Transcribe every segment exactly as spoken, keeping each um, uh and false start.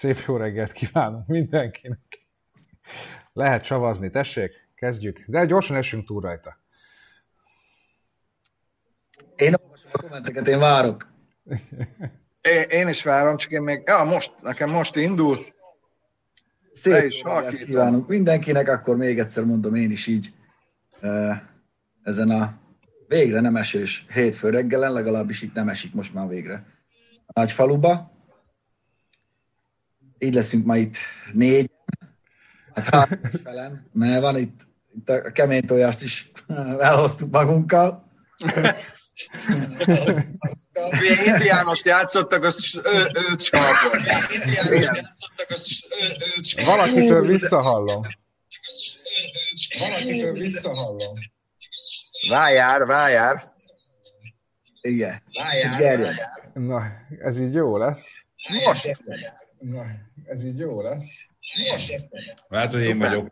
Szép jó reggelt kívánunk mindenkinek. Lehet savazni, tessék, kezdjük. De gyorsan essünk túl rajta. Én olvasom a kommenteket, én várok. Én, én is várom, csak én még... Ja, most, nekem most indul. Szép jó reggelt kívánunk mindenkinek, akkor még egyszer mondom én is így ezen a végre nem esős hétfő reggelen, legalábbis itt nem esik most már végre a nagy faluba. Így leszünk ma itt négy, hát három és felen, mert van itt, itt a kemény tojást is elhoztuk magunkkal. Milyen indiánost játszottak, azt őt sarkolták. Indiánost játszottak, azt őt sarkolták. Valakitől visszahallom. Valakitől visszahallom. Vájár, vájár. Igen. Vájár, vájár. Na, ez így jó lesz. Most. Na, ez így jó lesz. Most. Hát, hogy én vagyok.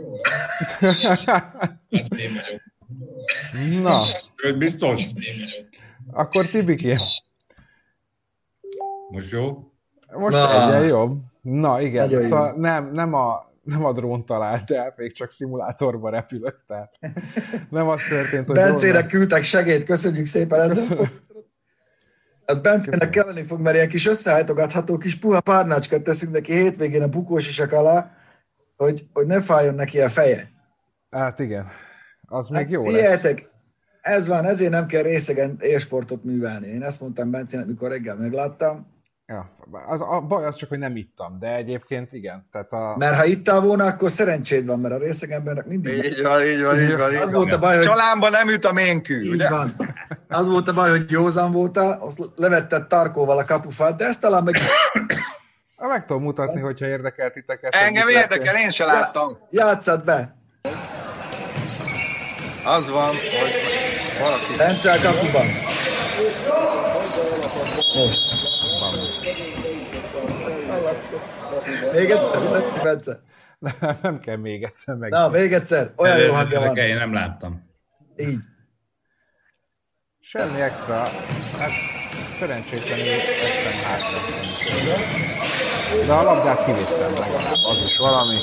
Hát, én vagyok. Na. Őt biztos. Akkor Tibiki. Most jó? Most Na. egyen jobb. Na igen, Nagyon szóval jó. nem, nem, a, nem a drón talált el, még csak szimulátorba repülött, tehát nem az történt, hogy Bencének drónnal- küldtek segélyt, köszönjük szépen. Ez Köszönöm. Az Bencének Köszönöm. kelleni fog, mert ilyen kis összehajtogatható kis puha párnácskát teszünk neki hétvégén a bukós isak alá, hogy, hogy ne fájjon neki a feje. Hát igen, az még jó lesz. Figyeljetek, ez van, ezért nem kell részegen élsportot művelni. Én ezt mondtam Bencének, mikor reggel megláttam. Ja, az, a baj az csak, hogy nem ittam, de egyébként igen. Tehát a... Mert ha ittál volna, akkor szerencséd van, mert a részeg embernek mindig... Így van, így van, így van. Így Az van. volt a baj, hogy... Csalámban nem üt a ménkű, Így ugye? van. Az volt a baj, hogy józan voltál, azt levetted tarkóval a kapufát, de ezt talán meg is Meg tudom mutatni, hogyha érdekel titeket. Engem hogy mit érdekel, én se láttam. játsszad be. Az van, hogy valaki... Bence a kapuban. Most. Még egyszer, Bence. Nem, nem kell még egyszer meg. Na, még egyszer. Olyan jó hangja van. Én nem láttam. Így. Semmi extra. Hát szerencsétlenül estem hátra. De a labdát kivittem legalább. Az is valami.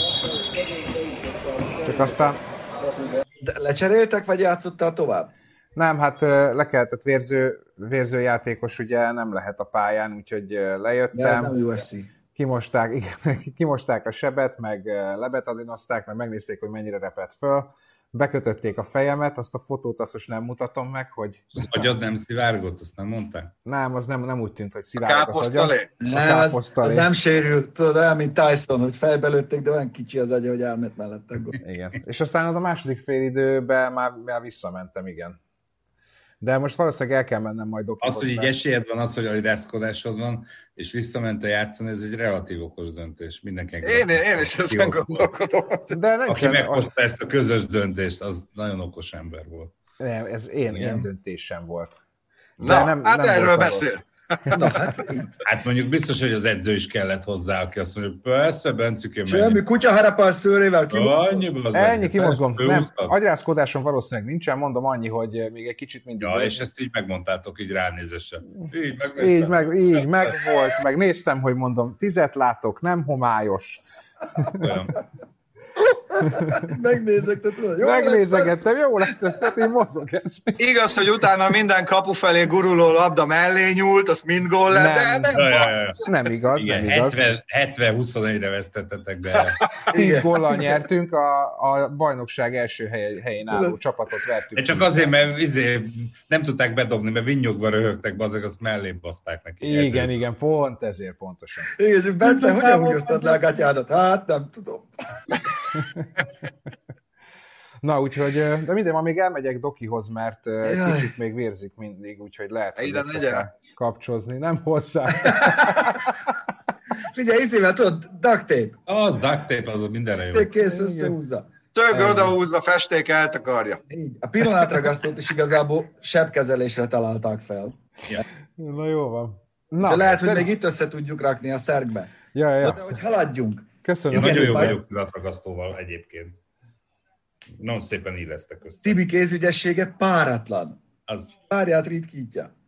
Csak aztán... De lecseréltek, vagy játszottál tovább? Nem, hát ö, le kellett vérző, vérző játékos, ugye nem lehet a pályán, úgyhogy ö, De ez lejöttem. nem u ef cé. Kimosták, igen, kimosták a sebet, meg ö, lebetadinozták, meg megnézték, hogy mennyire repett föl. Bekötötték a fejemet, azt a fotót azt most nem mutatom meg, hogy Agyad nem szivárgott, azt nem mondták? nem, az nem, nem úgy tűnt, hogy szivárgok az agyam. Káposztalé? Nem, az, káposztalé. az nem sérült. Tudod, olyan, mint Tyson, hogy fejbe lőtték, de olyan kicsi az agya, hogy elment mellette. Igen. És aztán az a második félidőben már, már visszamentem, igen. De most valószínűleg el kell mennem majd dokihoz. Az, hogy így mert- esélyed van, az, hogy a reszkodásod van, és visszament a játszani, ez egy relatív okos döntés. Mindenkinek. Én, én is ezen gondolkodom. De nem Aki kell, meghozta ezt a közös döntést, az nagyon okos ember volt. nem, ez én, Igen. én döntésem volt. De Na, nem- hát nem erről voltam beszél. rossz. Na, hát, Hát mondjuk biztos, hogy az edző is kellett hozzá, aki azt mondja, hogy persze, Bencikém, semmi kutyaharapás szőrével ki. Annyi, az Ennyi kimozgom. Nem, Fölhúztad? agyrázkodásom valószínűleg nincsen, mondom annyi, hogy még egy kicsit mindig... Ja, és ezt így megmondtátok, így ránézésre. Így, meg, Így meg, így meg volt, meg néztem, hogy mondom, tizet látok, nem homályos. Olyan. Megnézek, te tudod, jó lesz ez? Megnézegettem, jó lesz ez, hát így mozog ez. Igaz, hogy utána minden kapu felé guruló labda mellé nyúlt, az mind gól lett, de Nem. nem Ja, ja, baj. ja. Nem igaz, Igen, nem igaz. hetven huszonegyre vesztettetek, de tíz góllal nyertünk, a, a bajnokság első hely, helyén álló csapatot vertük. de csak tízzel. azért, mert izé, nem tudták bedobni, mert vinnyogva röhögtek, azok azt mellé baszták neki. Igen, igen, pont ezért pontosan. Igen, és Bence, hogyan húgyoztad le a gatyádat? Hát, nem tudom. Na, úgyhogy, de minden, ma még elmegyek Dokihoz, mert Jaj. Jaj. kicsit még vérzik mindig, úgyhogy lehet, hogy Ide össze legyen. kell kapcsozni. Nem hozzá. Figyelj, izével, tudod, duct tape. Az duct tape, az mindenre jó. Kész, összehúzza. Több odahúzza, festék eltakarja. Így. A pillanatragasztót is igazából sebkezelésre találták fel. Na, jó van. Na, Na, lehet, hogy szerint- még itt össze tudjuk rakni a szerkbe. Ja, ja, De, ja. de hogy haladjunk. Köszönöm. Igen, Nagyon jó majd- vagyok pillanatragasztóval egyébként. Nagyon szépen illesztek össze. Tibi kézügyessége páratlan. Az Párját ritkítja.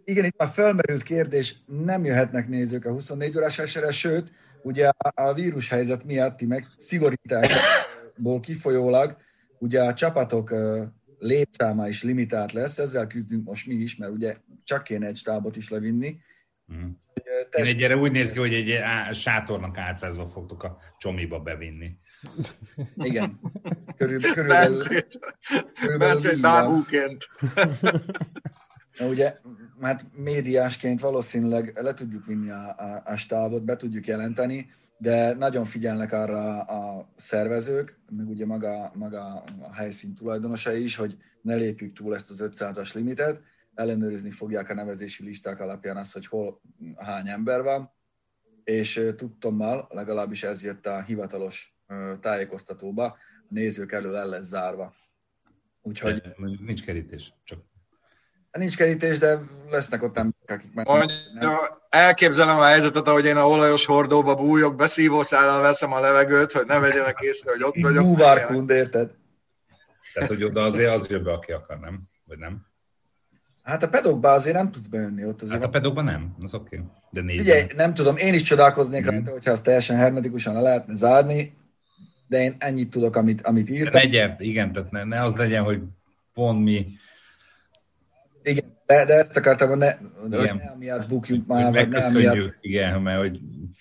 Igen, itt már felmerült kérdés, nem jöhetnek nézők a huszonnégy órás esére, sőt, ugye a, a vírushelyzet miatti meg szigorításból kifolyólag, ugye a csapatok létszáma is limitált lesz, ezzel küzdünk most mi is, mert ugye csak kéne egy stábot is levinni. Mm. Én egyre úgy néz ki, hogy egy á, sátornak álcázva fogtok a csomiba bevinni. Igen. Körülbelül, körülbelül, körülbelül Bencét bábúként. Ugye, hát médiásként valószínűleg le tudjuk vinni a, a, a stábot, be tudjuk jelenteni, de nagyon figyelnek arra a szervezők, meg ugye maga, maga a helyszín tulajdonosai is, hogy ne lépjük túl ezt az ötszázas limitet, ellenőrizni fogják a nevezési listák alapján azt, hogy hol hány ember van, és tudtommal, legalábbis ez jött a hivatalos tájékoztatóba, a nézők elől el lesz zárva. Úgyhogy... Nincs kerítés, csak... Nincs kerítés, de lesznek ott emberek, akik meg... Elképzelem a helyzetet, ahogy én a olajos hordóba bújok, beszívószállal veszem a levegőt, hogy ne vegyenek észre, hogy ott vagyok. Búvárkund, érted? Tehát, hogy oda azért az jön be, aki akar, nem? Vagy nem? Hát a pedokba azért nem tudsz bejönni. Ott azért hát a pedokba nem, az oké. Okay. De nézd. Figyelj, nem tudom, én is csodálkoznék mm. rajta, hogyha azt teljesen hermetikusan le lehetne zárni, de én ennyit tudok, amit, amit írtam. Legyen, igen, tehát ne, ne az legyen, hogy pont mi... Igen, de, de ezt akartam, hogy ne, hogy ne amiatt bukjunk már, vagy ne amiatt... Igen, mert hogy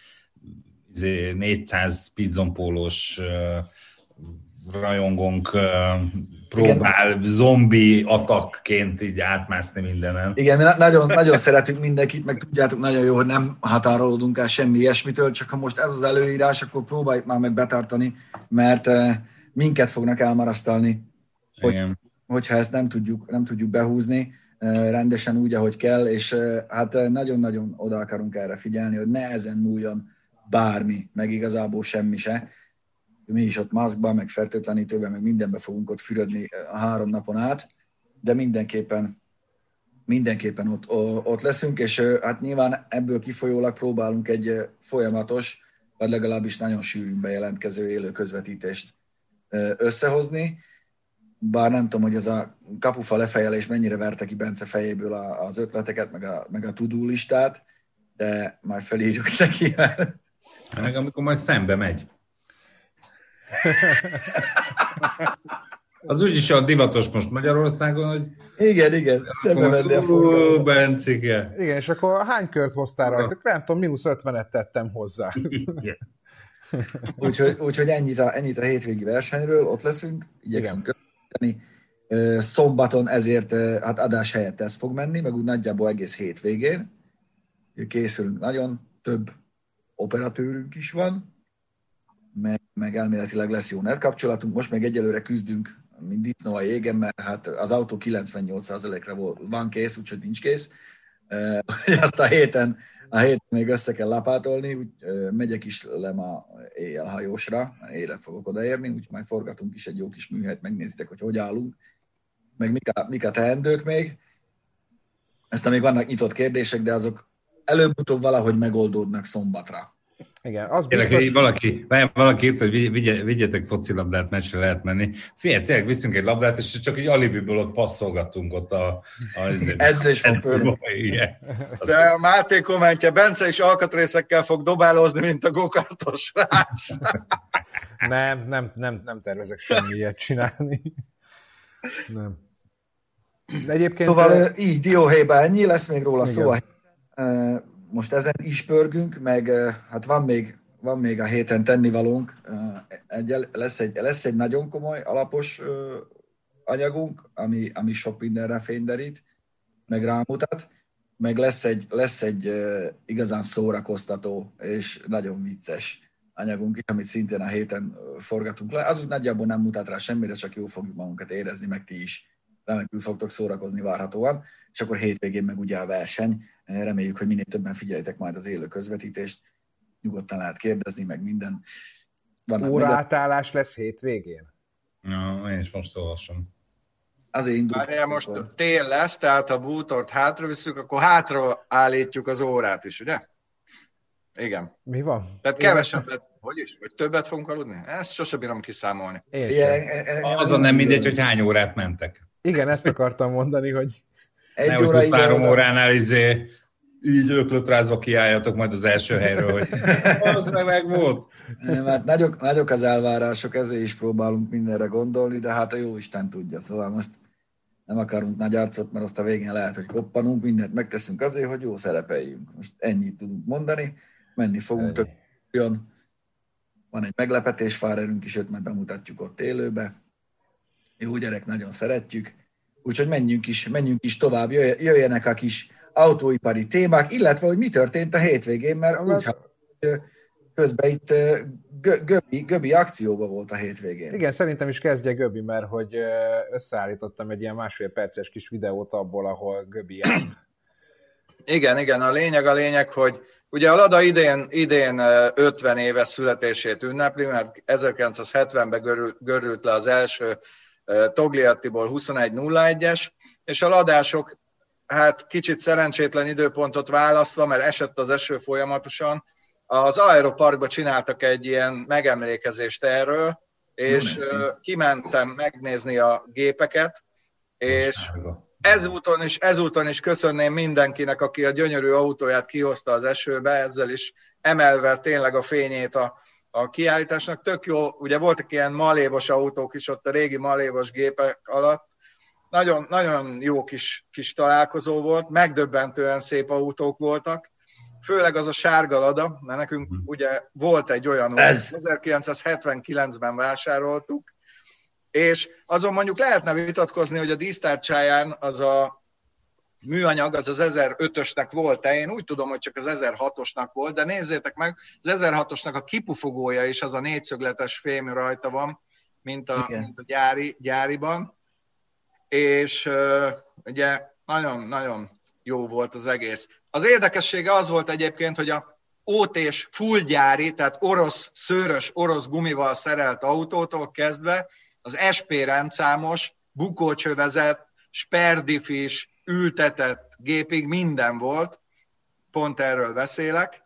négyszáz pizzonpólós uh, rajongónk uh, próbál igen. Zombi atakként így átmászni mindenen. Igen, mi nagyon, nagyon szeretünk mindenkit, meg tudjátok nagyon jó, hogy nem határolódunk el semmi ilyesmitől, csak ha most ez az előírás, akkor próbáljuk már meg betartani, mert uh, minket fognak elmarasztalni, hogy, hogyha ezt nem tudjuk, nem tudjuk behúzni rendesen úgy, ahogy kell, és hát nagyon-nagyon oda akarunk erre figyelni, hogy ne ezen múljon bármi, meg igazából semmi se. Mi is ott maszkban, meg fertőtlenítőben, meg mindenben fogunk ott fürödni a három napon át, de mindenképpen, mindenképpen ott, ott leszünk, és hát nyilván ebből kifolyólag próbálunk egy folyamatos, vagy legalábbis nagyon sűrűn bejelentkező élő közvetítést összehozni, bár nem tudom, hogy ez a kapufa lefejelés mennyire verte ki Bence fejéből az ötleteket, meg a, meg a to-do listát, de majd felírjuk neki. Meg amikor majd szembe megy. Az úgyis a divatos most Magyarországon, hogy... Igen, igen, szembe menni a fogalmat. Bencike. Igen, és akkor hány kört hoztál rajta? Nem tudom, mínusz ötvenet tettem hozzá. Úgyhogy úgy, ennyit, a, ennyit a hétvégi versenyről, ott leszünk, igyekszünk követni. Szombaton ezért hát adás helyett ez fog menni, meg úgy nagyjából egész hétvégén. Készülünk nagyon, több operatőrünk is van, meg, meg elméletileg lesz jó netkapcsolatunk. Most meg egyelőre küzdünk, mint disznó a jégen, mert hát az autó kilencvennyolc százalékra van kész, úgyhogy nincs kész. Azt a héten, a héten még össze kell lapátolni, úgy megyek is le ma éjjel hajósra, éjjel fogok odaérni, úgyhogy majd forgatunk is egy jó kis műhelyt, megnézitek, hogy hogy állunk, meg mik a, mik a teendők még. Aztán még vannak nyitott kérdések, de azok előbb-utóbb valahogy megoldódnak szombatra. Igen, az biztos... Tényleg, valaki, valaki írt, hogy vigye, vigyetek focilabdát, meccsre lehet menni. Figyelj, tényleg viszünk egy labdát, és csak egy alibiből ott passzolgattunk ott a... a edzés van föl. De a Máté kommentje, Bence is alkatrészekkel fog dobálózni, mint a gokartos srác. nem, nem, nem, nem tervezek semmi ilyet csinálni. Nem. De egyébként... Szóval így, dióhéjban ennyi, lesz még róla szó. Most ezen is pörgünk, meg hát van még, van még a héten tennivalónk. Egy, lesz, egy, lesz egy nagyon komoly, alapos anyagunk, ami, ami sok mindenre fényderít, meg rámutat, meg lesz egy, lesz egy igazán szórakoztató és nagyon vicces anyagunk, amit szintén a héten forgatunk le. Az úgy nagyjából nem mutat rá semmire, csak jól fogjuk magunkat érezni, meg ti is remekül fogtok szórakozni várhatóan, és akkor hétvégén meg ugye a verseny. Reméljük, hogy minél többen figyelitek majd az élő közvetítést. Nyugodtan lehet kérdezni, meg minden. Óraátállás lesz hétvégén? No, én is most olvasom. Azért indul. Várjál, most tél lesz, tehát ha bútort hátra visszük, akkor hátra állítjuk az órát is, ugye? Igen. Mi van? Tehát kevesebbet, hogy is? Vagy többet fogunk aludni? Ezt sose bírom kiszámolni. Azon nem mindegy, hogy hány órát mentek. Igen, ezt akartam mondani, hogy Egy óra ide három óránál izé, így öklötrázva kiálljatok majd az első helyről, hogy az meg volt. Nem, hát nagyok, nagyok az elvárások, ezért is próbálunk mindenre gondolni, de hát a Jóisten tudja. Szóval most nem akarunk nagy arcot, mert azt a végén lehet, hogy koppanunk, mindent megteszünk azért, hogy jó szerepeljünk. Most ennyit tudunk mondani, menni fogunk tök olyan. Van egy meglepetés fárerünk is, őt majd bemutatjuk ott élőbe. Jó gyerek, nagyon szeretjük. Úgyhogy menjünk is, menjünk is tovább, jöjjenek a kis autóipari témák, illetve, hogy mi történt a hétvégén, mert úgy, hogy közben itt Göbi, Göbi akcióban volt a hétvégén. Igen, szerintem is kezdje Göbi, mert hogy összeállítottam egy ilyen másfél perces kis videót abból, ahol Göbi járt. Igen, igen, a lényeg a lényeg, hogy ugye a Lada idén, idén ötven éves születését ünnepli, mert ezerkilencszázhetvenben görült, görült le az első Togliattiból huszonegy nulla egyes, és a ladások hát kicsit szerencsétlen időpontot választva, mert esett az eső folyamatosan, az Aeroparkba csináltak egy ilyen megemlékezést erről, és kimentem megnézni a gépeket, és ezúton is, ezúton is köszönném mindenkinek, aki a gyönyörű autóját kihozta az esőbe, ezzel is emelve tényleg a fényét a, a kiállításnak. Tök jó, ugye voltak ilyen malévos autók is ott a régi malévos gépek alatt. Nagyon, nagyon jó kis, kis találkozó volt, megdöbbentően szép autók voltak. Főleg az a sárga Lada, mert nekünk ugye volt egy olyan, ezerkilencszázhetvenkilencben vásároltuk, és azon mondjuk lehetne vitatkozni, hogy a dísztárcsáján az a műanyag, az az ezerötösnek volt-e, én úgy tudom, hogy csak az ezerhatosnak volt, de nézzétek meg, az ezerhatosnak a kipufogója is az a négyszögletes fém rajta van, mint a, mint a gyári, gyáriban, és uh, ugye nagyon-nagyon jó volt az egész. Az érdekessége az volt egyébként, hogy a ó té-s full gyári, tehát orosz, szőrös, orosz gumival szerelt autótól kezdve az es pé rendszámos, bukócsövezett, sperdifis, ültetett gépig minden volt, pont erről beszélek,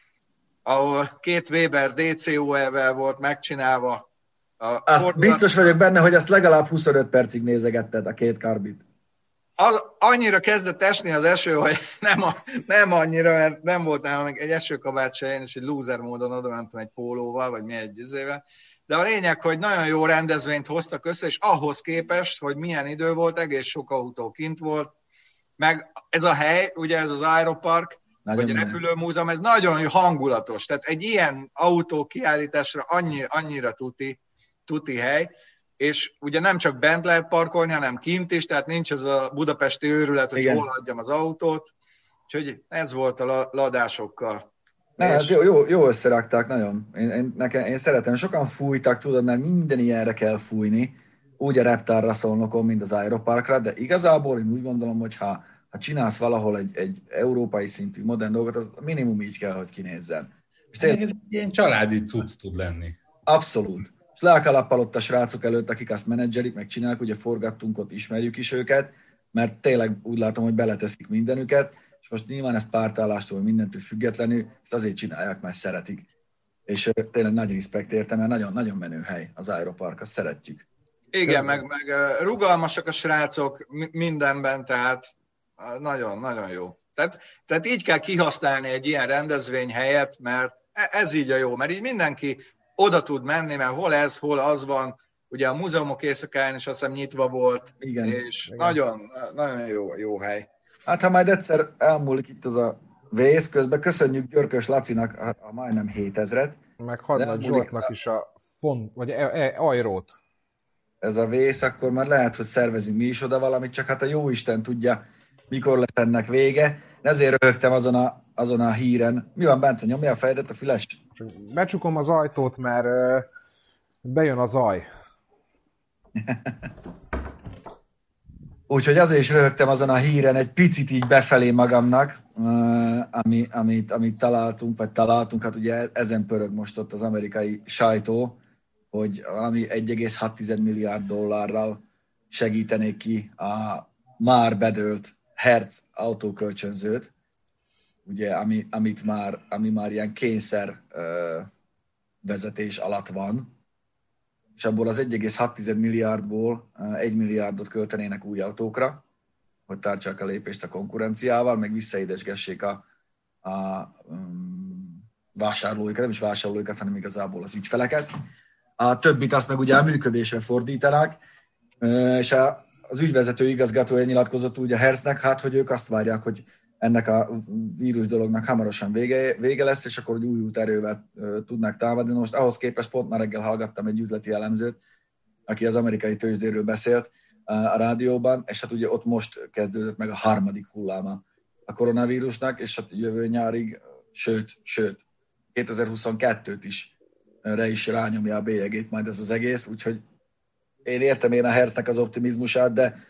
ahol két Weber dé cé o é-vel volt megcsinálva. A azt fordulat... Biztos vagyok benne, hogy azt legalább huszonöt percig nézegetted a két karbit. Az, annyira kezdett esni az eső, hogy nem, a, nem annyira, mert nem volt nálam egy esőkabát se, én is egy loser módon oda mentem egy pólóval, vagy mi egy izével. De a lényeg, hogy nagyon jó rendezvényt hoztak össze, és ahhoz képest, hogy milyen idő volt, egész sok autó kint volt, meg ez a hely, ugye ez az Aeropark, nagyon vagy a repülőmúzeum, ez nagyon hangulatos. Tehát egy ilyen autó kiállításra annyi, annyira tuti, tuti hely, és ugye nem csak bent lehet parkolni, hanem kint is, tehát nincs ez a budapesti őrület, hogy igen, hol adjam az autót. Úgyhogy ez volt a ladásokkal. Ne, és... jó, jó, jó összerakták, nagyon. Én, én, nekem, én szeretem, sokan fújtak, tudod, mert minden ilyenre kell fújni, úgy a Reptarra Szolnokon, mint az Aeroparkra, de igazából én úgy gondolom, hogy ha, ha csinálsz valahol egy, egy európai szintű modern dolgot, az minimum így kell, hogy kinézzen. És tényleg, ez ilyen családi cucc tud lenni. Abszolút. És le a kalappal ott a srácok előtt, akik azt menedzselik, meg csinálják, ugye forgattunk ott, ismerjük is őket, mert tényleg úgy látom, hogy beleteszik mindenüket, és most nyilván ezt pártállástól, mindentől függetlenül, ezt azért csinálják, mert szeretik. És tényleg nagy respekt érte, mert nagyon, nagyon menő hely az Aeropark, azt szeretjük. Igen, meg, meg rugalmasak a srácok mindenben, tehát nagyon, nagyon jó. Tehát, tehát így kell kihasználni egy ilyen rendezvény helyet, mert ez így a jó, mert így mindenki oda tud menni, mert hol ez, hol az van. Ugye a múzeumok éjszakáján is azt hiszem nyitva volt, igen, és igen. Nagyon, nagyon jó, jó hely. Hát ha majd egyszer elmúlik itt az a vész, közben köszönjük Györkös Lacinak a, a majdnem hétezret. Meg Hadnagy Zsoltnak a... is a font, vagy e, e, ajrót. Ez a vész, akkor már lehet, hogy szervezünk mi is oda valamit, csak hát a jóisten tudja, mikor lesz ennek vége. Ezért röhögtem azon a, azon a híren. Mi van, Bence, nyomja a fejedet a füles? Csak becsukom az ajtót, mert uh, bejön a zaj. Úgyhogy azért is röhögtem azon a híren egy picit így befelé magamnak, uh, ami, amit, amit találtunk, vagy találtunk, hát ugye ezen pörög most ott az amerikai sajtó, hogy valami egy egész hat milliárd dollárral segítenék ki a már bedőlt Hertz autókölcsönzőt, ugye, ami, amit már, ami már ilyen kényszer uh, vezetés alatt van, és abból az egy egész hat milliárdból egy milliárdot költenének új autókra, hogy tartsák a lépést a konkurenciával, meg visszaidesgessék a, a um, vásárlóikat, nem is vásárlóikat, hanem igazából az ügyfeleket. A többit azt meg ugye a működésre fordítanák, és a, az ügyvezető igazgatója nyilatkozott úgy a Hertznek, hát, hogy ők azt várják, hogy ennek a vírus dolognak hamarosan vége, vége lesz, és akkor új út erővel tudnak támadni. Most ahhoz képest pont már reggel hallgattam egy üzleti elemzőt, aki az amerikai tőzsdéről beszélt a rádióban, és hát ugye ott most kezdődött meg a harmadik hulláma a koronavírusnak, és hát jövő nyárig, sőt, sőt, kétezer-huszonkettőt is re is rányomja a bélyegét majd ez az egész, úgyhogy én értem én a Hertznek az optimizmusát, de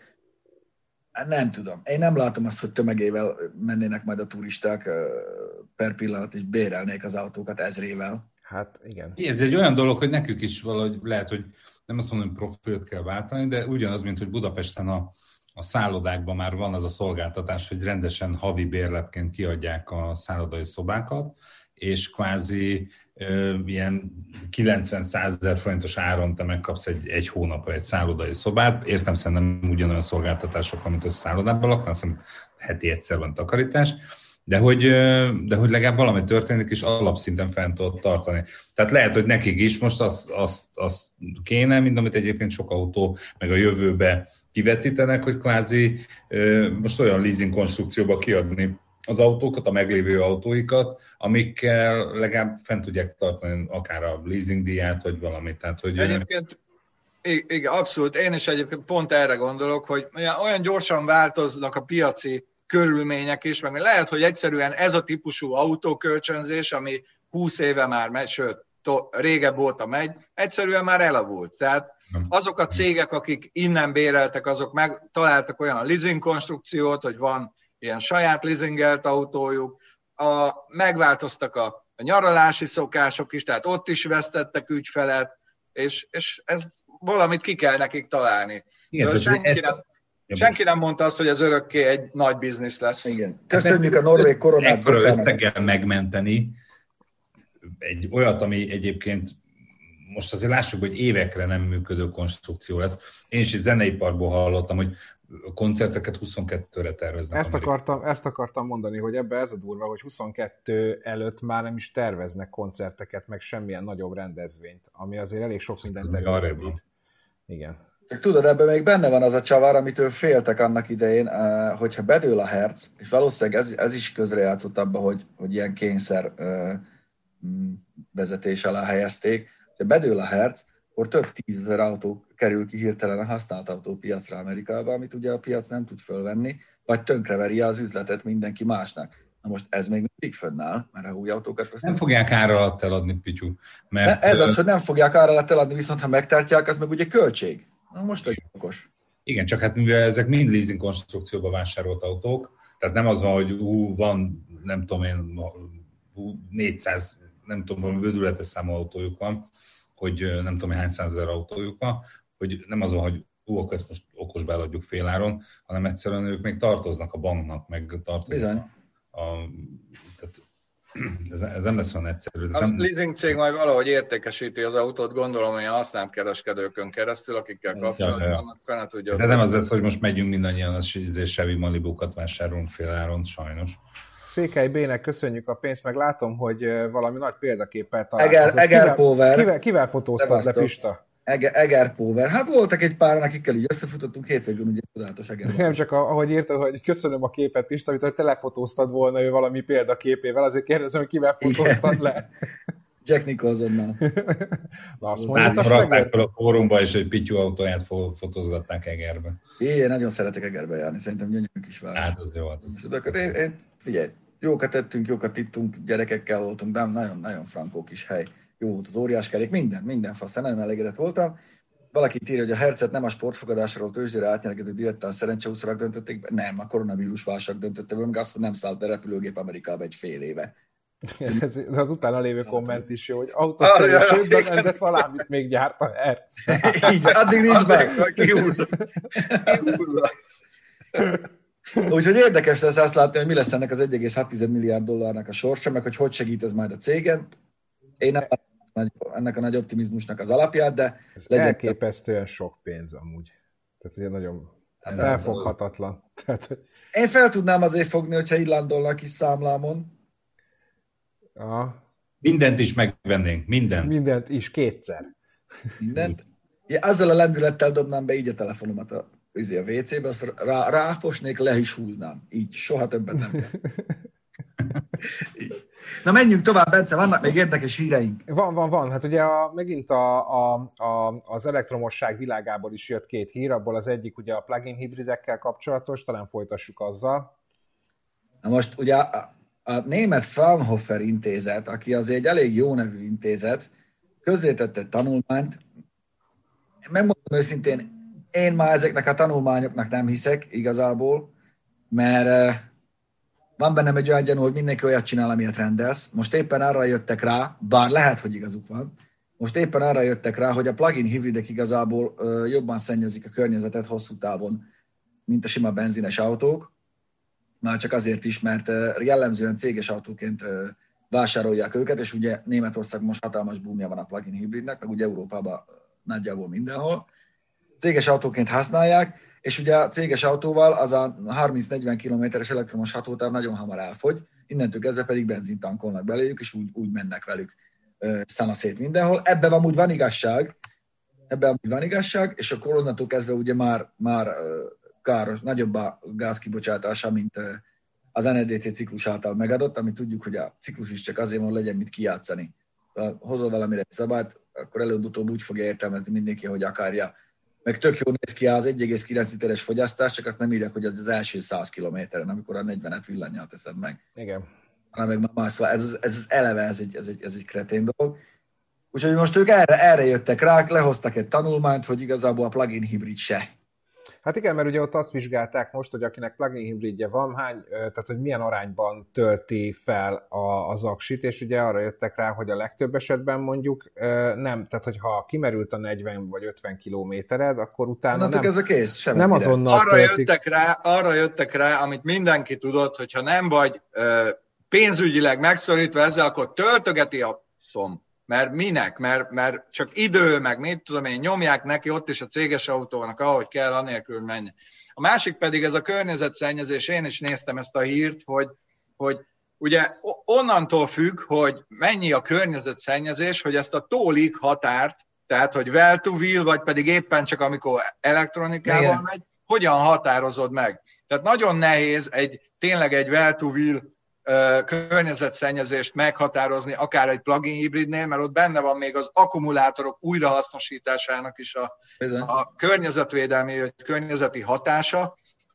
nem tudom. Én nem látom azt, hogy tömegével mennének majd a turisták per pillanat, és bérelnék az autókat ezrével. Hát igen. Ez egy olyan dolog, hogy nekünk is valahogy lehet, hogy nem azt mondom, hogy profilt kell váltani, de ugyanaz, mint hogy Budapesten a, a szállodákban már van az a szolgáltatás, hogy rendesen havi bérletként kiadják a szállodai szobákat, és kvázi ö, ilyen kilencven-százezer forintos áron te megkapsz egy, egy hónapra egy szállodai szobát. Értem szerint nem ugyanolyan szolgáltatásokkal, mint a szállodában laknak, azt hiszem heti egyszer van takarítás, de hogy, de hogy legalább valami történik, és alapszinten fent tudod tartani. Tehát lehet, hogy nekik is most azt az, az kéne, mint amit egyébként sok autó, meg a jövőbe kivetítenek, hogy kvázi most olyan leasing konstrukcióba kiadni az autókat, a meglévő autóikat, amikkel legalább fent tudják tartani akár a leasing díját, vagy valamit. Tehát, hogy egyébként igen, abszolút. Én is egyébként pont erre gondolok, hogy olyan gyorsan változnak a piaci körülmények is, meg lehet, hogy egyszerűen ez a típusú autókölcsönzés, ami húsz éve már megy, sőt, to, régebb óta megy, egyszerűen már elavult. Tehát azok a cégek, akik innen béreltek, azok megtaláltak olyan a leasing konstrukciót, hogy van ilyen saját leasingelt autójuk, a, megváltoztak a, a nyaralási szokások is, tehát ott is vesztettek ügyfelet, és, és ez valamit ki kell nekik találni. Igen, senki, nem, senki nem mondta azt, hogy ez örökké egy nagy biznisz lesz. Igen. Köszönjük a norvég koronát. Ekkora összeggel megmenteni egy olyat, ami egyébként most azért lássuk, hogy évekre nem működő konstrukció lesz. Én is egy zeneiparból hallottam, hogy a koncerteket huszonkettőre terveznek. Ezt akartam, ezt akartam mondani, hogy ebbe ez a durva, hogy huszonkettő előtt már nem is terveznek koncerteket, meg semmilyen nagyobb rendezvényt, ami azért elég sok mindent előtt. Igen. Tudod, ebben még benne van az a csavar, amitől féltek annak idején, hogyha bedől a Hertz, és valószínűleg ez, ez is közrejátszott abba, hogy, hogy ilyen kényszer vezetés alá helyezték. Ha bedől a Hertz, akkor több tízezer autó kerül ki hirtelen a használt autópiacra Amerikába, amit ugye a piac nem tud fölvenni, vagy tönkreveri az üzletet mindenki másnak. Na most ez még mindig fönnáll, mert a új autókat vesznek. Nem fogják ára alatt eladni, Pityu. Mert ez az, hogy nem fogják ára alatt eladni, viszont ha megtartják, az meg ugye költség. Na most egy okos. Igen, csak hát mivel ezek mind leasing konstrukcióba vásárolt autók, tehát nem az van, hogy ú, van, nem tudom én, négyszáz, nem tudom, valami bődületes számú autójuk van, hogy nem tudom, hány százezer autójuk van, hogy nem az van, hogy ú, akkor ezt most okosba eladjuk féláron, hanem egyszerűen ők még tartoznak a banknak, meg tartoznak. Bizony. A, tehát ez, ez nem lesz olyan egyszerű. A nem... leasing cég majd valahogy értékesíti az autót, gondolom, hogy a használt kereskedőkön keresztül, akikkel kapcsolatban vannak, fel ne tudja. De nem az lesz, hogy most megyünk mindannyian a Chevy Malibukat vásárolunk féláron, sajnos. Székely B-nek köszönjük a pénzt, meg látom, hogy valami nagy példaképpel találkozott. Eger, Eger kivel, Power. Kivel, kivel fotóztad le, Pista? Eger, Eger Power. Hát voltak egy páran, akikkel így összefutottunk hétvégén, ugye tudatos Eger. Nem csak ahogy írta, hogy köszönöm a képet, Pista, amit te lefotóztad volna ő valami példaképével, azért kérdezem, hogy kivel fotóztad le. Jack Nicholsonnal. Na, azt mondjuk, hát rakták fel a fórumba, és egy Pityu autóját fotózgatták Egerbe. Én nagyon szeretek Egerbe járni, szerintem gyönyörű kis város. Hát az jó. Az én, én, figyelj, jókat ettünk, jókat ittunk, gyerekekkel voltunk, de nagyon-nagyon frankó kis hely. Jó volt az óriáskerék, minden, minden fasz, nagyon elégedett voltam. Valaki írja, hogy a Hertzet nem a sportfogadásról tőzsdére átnyelegedő dilettán szerencseúszorak döntötték be. Nem, a koronavírus válság döntötte be, meg azt, hogy nem szállt a repülőgép Amerikába egy fél éve. Ez az utána lévő komment is jó, hogy autót ah, csődben, de szalámit még gyárt a Hertz. Így, addig nincs be. Kihúzza. Kihúzza. Úgyhogy érdekes lesz azt látni, hogy mi lesz ennek az egy egész hat milliárd dollárnak a sorsa, meg hogy hogy segít ez majd a cégen. Én nem látom ennek a nagy optimizmusnak az alapját, de... Ez legyen elképesztően sok pénz amúgy. Tehát ugye nagyon... Ez elfoghatatlan. Tehát, hogy... Én fel tudnám azért fogni, hogyha így landolnak kis számlámon. Ja. Mindent is megvennénk, mindent. Mindent is, kétszer. Mindent? Ja, azzal a lendülettel dobnám be így a telefonomat a, a vé cébe, azt rá, ráfosnék, le is húznám. Így, soha többet nem. Na menjünk tovább, Bence, vannak még érdekes híreink. Van, van, van. Hát ugye a, megint a, a, a, az elektromosság világából is jött két hír, abból az egyik ugye a plug-in hibridekkel kapcsolatos, talán folytassuk azzal. Na most ugye a, a német Fraunhofer intézet, aki azért egy elég jó nevű intézet, közzétett egy tanulmányt. Megmondom őszintén, én már ezeknek a tanulmányoknak nem hiszek igazából, mert van bennem egy olyan gyanú, hogy mindenki olyat csinál, amilyet rendelsz. Most éppen arra jöttek rá, bár lehet, hogy igazuk van, most éppen arra jöttek rá, hogy a plug-in hibridek igazából jobban szennyezik a környezetet hosszú távon, mint a sima benzines autók. Már csak azért is, mert jellemzően céges autóként vásárolják őket, és ugye Németország most hatalmas boomja van a plug-in hibridnek, meg ugye Európában nagyjából mindenhol. Céges autóként használják, és ugye a céges autóval az a harminc-negyven kilométeres elektromos hatótáv nagyon hamar elfogy, innentől kezdve pedig benzint tankolnak beléjük, és úgy, úgy mennek velük szanaszét mindenhol. Ebben amúgy van igazság, ebben amúgy van igazság, és akkor onnantól kezdve ugye már, már káros, nagyobb a gázkibocsátása, mint az en e dé cé ciklus által megadott, amit tudjuk, hogy a ciklus is csak azért van, legyen mit kijátszani. Ha hozol valamire egy szabályt, akkor előbb-utóbb úgy fogja értelmezni mindenki, hogy akarja. Meg tök jól néz ki az egy egész kilenc literes fogyasztás, csak azt nem írják, hogy az, az első száz kilométeren, amikor a negyvenet villannyal teszed meg. Igen. Hanem meg már szóval ez, ez, ez eleve, ez egy, ez, egy, ez egy kretén dolog. Úgyhogy most ők erre, erre jöttek rá, lehoztak egy tanulmányt, hogy igazából a plug-in hibrid se. Hát igen, mert ugye ott azt vizsgálták most, hogy akinek plug-in hibridje van, hány, tehát hogy milyen arányban tölti fel a, az aksit, és ugye arra jöttek rá, hogy a legtöbb esetben mondjuk nem, tehát hogyha kimerült a negyven vagy ötven kilométered, akkor utána nem, ez a kész, nem azonnal arra töltik. jöttek rá, arra jöttek rá, amit mindenki tudott, hogyha nem vagy pénzügyileg megszorítva ezzel, akkor töltögeti a szom. Mert minek? Mert, mert csak idő, meg mit tudom én, nyomják neki ott is a céges autónak, ahogy kell, anélkül menjen. A másik pedig ez a környezetszennyezés, én is néztem ezt a hírt, hogy, hogy ugye onnantól függ, hogy mennyi a környezetszennyezés, hogy ezt a tólig határt, tehát hogy well to wheel, vagy pedig éppen csak amikor elektronikával igen. megy, hogyan határozod meg. Tehát nagyon nehéz egy, tényleg egy well to wheel környezetszennyezést meghatározni, akár egy plug-in hibridnél, mert ott benne van még az akkumulátorok újrahasznosításának is a, a környezetvédelmi, vagy környezeti hatása,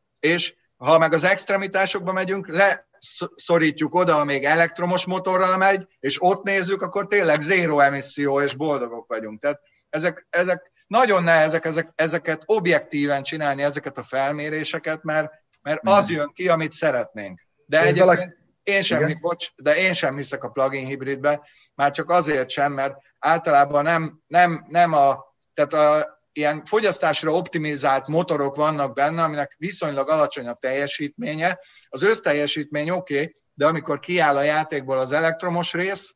és ha meg az extremitásokba megyünk, leszorítjuk oda, ha még elektromos motorral megy, és ott nézzük, akkor tényleg zéró emisszió, és boldogok vagyunk. Tehát ezek, ezek nagyon nehezek ezek, ezeket objektíven csinálni, ezeket a felméréseket, mert, mert az jön ki, amit szeretnénk. De ez egyébként valaki... Én sem, bocs, de én sem hiszek a plug-in hibridbe, már csak azért sem, mert általában nem, nem, nem a, tehát a, ilyen fogyasztásra optimizált motorok vannak benne, aminek viszonylag alacsony a teljesítménye. Az összteljesítmény oké, okay, de amikor kiáll a játékból az elektromos rész,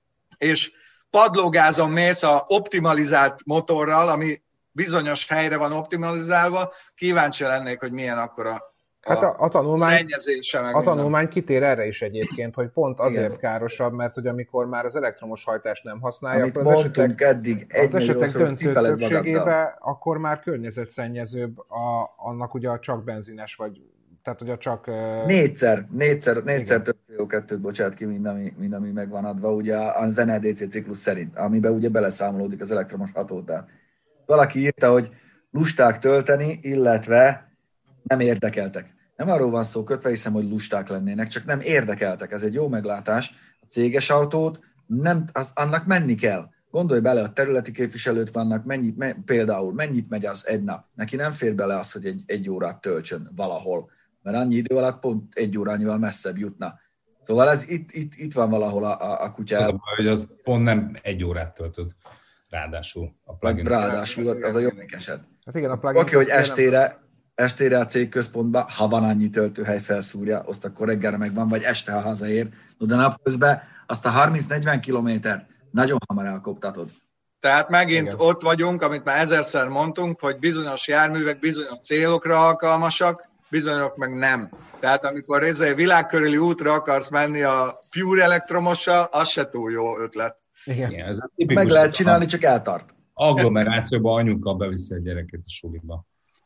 és padlógázon mész a optimalizált motorral, ami bizonyos helyre van optimalizálva, kíváncsi lennék, hogy milyen akkor a Hát a, a, tanulmány, a tanulmány minden. kitér erre is egyébként, hogy pont azért igen. károsabb, mert hogy amikor már az elektromos hajtást nem használja, amit akkor az esetek, eddig, az esetek döntő többségében, akkor már környezetszennyezőbb a, annak ugye a csak benzines, vagy tehát hogy a csak... Négyszer, négyszer, négyszer több cé o kettőt bocsát ki, mint ami, mint ami megvan adva ugye az en e dé cé ciklus szerint, amiben ugye beleszámolódik az elektromos hatótáv. Valaki írta, hogy lusták tölteni, illetve nem érdekeltek. Nem arról van szó kötve, hiszem, hogy lusták lennének, csak nem érdekeltek. Ez egy jó meglátás. A céges autót, nem, az, annak menni kell. Gondolj bele, a területi képviselőt vannak, mennyit, me, például mennyit megy az egy nap. Neki nem fér bele az, hogy egy, egy órát töltsön valahol, mert annyi idő alatt pont egy órányival messzebb jutna. Szóval ez itt, itt, itt van valahol a, a, a kutya. Az a baj, hogy az pont nem egy órát töltöd. Ráadásul a plugin. Ráadásul az a jobbik eset. Hát igen, a plugin. Oké, hogy estére estére a cégközpontban, ha van annyi töltőhely felszúrja, azt akkor reggelre megvan, vagy este, ha hazaér. No, de napközben azt a harminc-negyven kilométer nagyon hamar elkoptatod. Tehát megint Igen. ott vagyunk, amit már ezerszer mondtunk, hogy bizonyos járművek bizonyos célokra alkalmasak, bizonyok meg nem. Tehát amikor ezzel világkörüli útra akarsz menni a pure elektromossal, az se túl jó ötlet. Igen. Igen, ez a Meg lehet csinálni, csak eltart. Agglomerációban anyukkal beviszi a gyereket a suliba.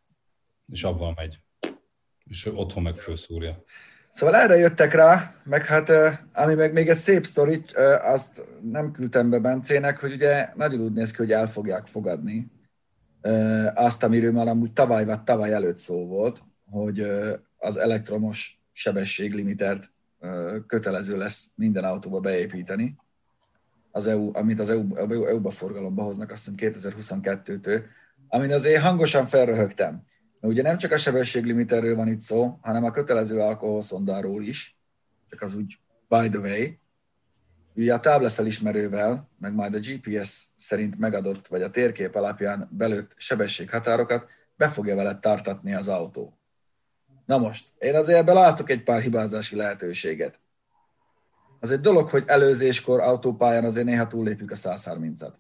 És abban megy. És otthon meg felszúrja. Szóval erre jöttek rá, meg hát, ami meg még egy szép sztori, azt nem küldtem be Bencének, hogy ugye nagyon úgy néz ki, hogy el fogják fogadni azt, amiről már amúgy tavaly vagy tavaly előtt szó volt, hogy az elektromos sebességlimitert kötelező lesz minden autóba beépíteni, az é u, amit az é u-ba forgalomba hoznak, azt hiszem kétezer-huszonkettőtől, amin azért hangosan felröhögtem. Ugye nem csak a sebességlimiterről van itt szó, hanem a kötelező alkoholszondáról is, csak az úgy by the way. Ugye a táblafelismerővel, meg majd a gé pé es szerint megadott, vagy a térkép alapján belőtt sebességhatárokat be fogja veled tartatni az autó. Na most, én azért ebben látok egy pár hibázási lehetőséget. Az egy dolog, hogy előzéskor autópályán azért néha túllépjük a száz harmincat.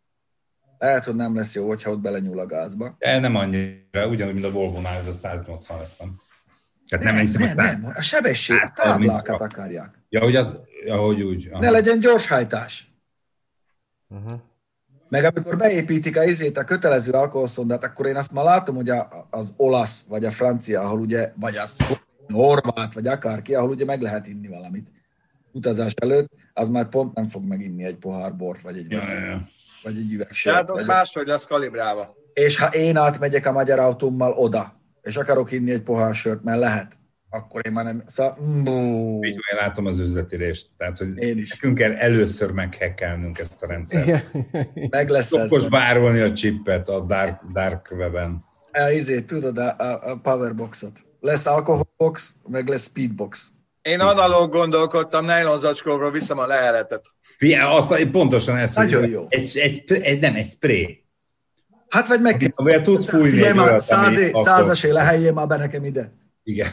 Lehet, hogy nem lesz jó, hogyha ott belenyúl a gázba. De nem annyira, ugyanúgy, mint a Volvo-nál ez a száznyolcvan lesz, nem? Tehát nem, nem, hiszem, nem, nem, a sebesség, a táblákat akarják. Ja, hogy, ad, ja, hogy úgy. Aha. Ne legyen gyorshajtás. Uh-huh. Meg amikor beépítik a izét, a kötelező alkoholszondát, akkor én azt már látom, hogy a, az olasz, vagy a francia, ahol ugye, vagy a horvát, vagy akárki, ahol ugye meg lehet inni valamit utazás előtt, az már pont nem fog meginni egy pohár bort, vagy egy, ja, ja, ja. vagy egy üveg sört. Tehát ott máshogy lesz kalibrálva. És ha én átmegyek a magyar autómmal oda, és akarok inni egy pohár sört, mert lehet, akkor én már nem... Szóval... Így én látom az üzleti részt. Tehát, hogy én is. Nekünk kell először meghekkelnünk ezt a rendszert. Igen. Meg lesz ez. Szokos bárolni a chipet a dark, dark weben. A, izé, tudod, a, a, a powerboxot. Lesz alkoholbox, meg lesz speedbox. Én analóg gondolkodtam, nylon zacskóról viszem a leheletet. Fia, azt, pontosan ez, nagyon hogy jó. Egy, egy, egy, nem, egy spray. Hát vagy meg... Amivel tudsz fújni. Figyelj egy már, olyat, százé, ami százasé leheljél már be nekem ide. Igen.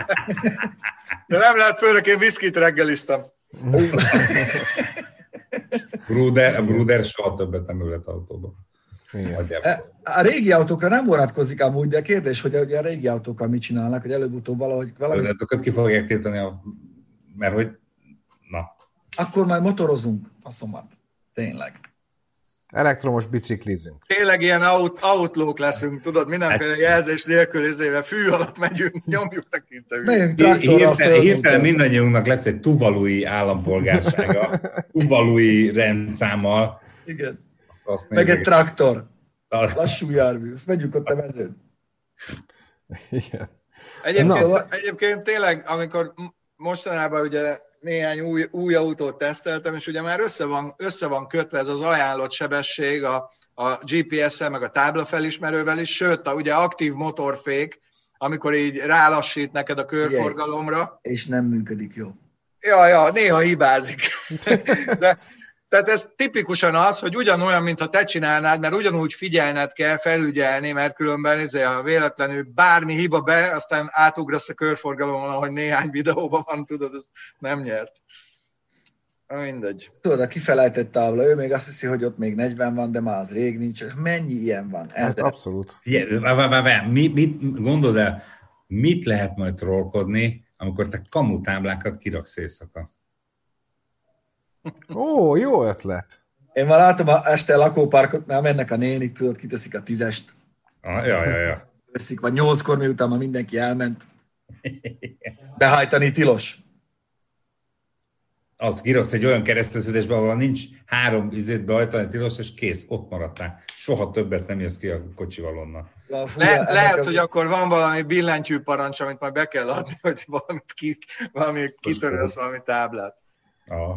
De nem lehet, főleg én viszkit reggeliztem. Bruder, a Bruder soha többet nem ült autóba. A régi autókra nem vonatkozik amúgy, de a kérdés, hogy a régi autókkal mit csinálnak, hogy előbb-utóbb valahogy... valahogy... Ezeket ki fogják tiltani, a... mert hogy... Na. Akkor majd motorozunk, faszomat. Tényleg. Elektromos biciklizünk. Tényleg ilyen out, outlook leszünk, tudod, mindenféle jelzés nélkül izével fű alatt megyünk, nyomjuk tekintőt. Megyünk traktorral Hirtelen, hirtelen mindannyiunknak lesz egy tuvalui állampolgársága, tuvalui rendszámmal. Igen. Azt, azt meg egy traktor. A... Lassú jármű. Azt megyünk ott a mezőn. Igen. Egyébként, no. egyébként tényleg, amikor mostanában ugye néhány új, új autót teszteltem, és ugye már össze van, össze van kötve ez az ajánlott sebesség a, a gé pé es-szel, meg a táblafelismerővel is, sőt, a ugye aktív motorfék, amikor így rálassít neked a körforgalomra. És nem működik jó. Ja, ja, néha hibázik. De, tehát ez tipikusan az, hogy ugyanolyan, mintha te csinálnád, mert ugyanúgy figyelned kell, felügyelni, mert különben ezért a véletlenül bármi hiba be, aztán átugrasz a körforgalomon, ahogy néhány videóban van, tudod, ez nem nyert. Mindegy. Tudod, a kifelejtett tábla, ő még azt hiszi, hogy ott még negyven van, de már az rég nincs. Mennyi ilyen van? Ez abszolút. Mi, mit gondold el, mit lehet majd trollkodni, amikor te kamutáblákat kiraksz éjszaka? Ó, jó ötlet. Én már látom a este lakóparkot, már mennek a nénik, tudod, kiteszik a tízest. Ah, ja, ja, ja. Veszik, vagy nyolckor, miután már mindenki elment. Behajtani tilos. Az kiraksz egy olyan kereszteződésbe, ahol nincs három izét behajtani tilos, és kész, ott maradtál. Soha többet nem jössz ki a kocsival onnan. Le, lehet, az... hogy akkor van valami billentyű parancs, amit majd be kell adni, hogy valamit ki, valami kitörölsz, valami táblát. Ah.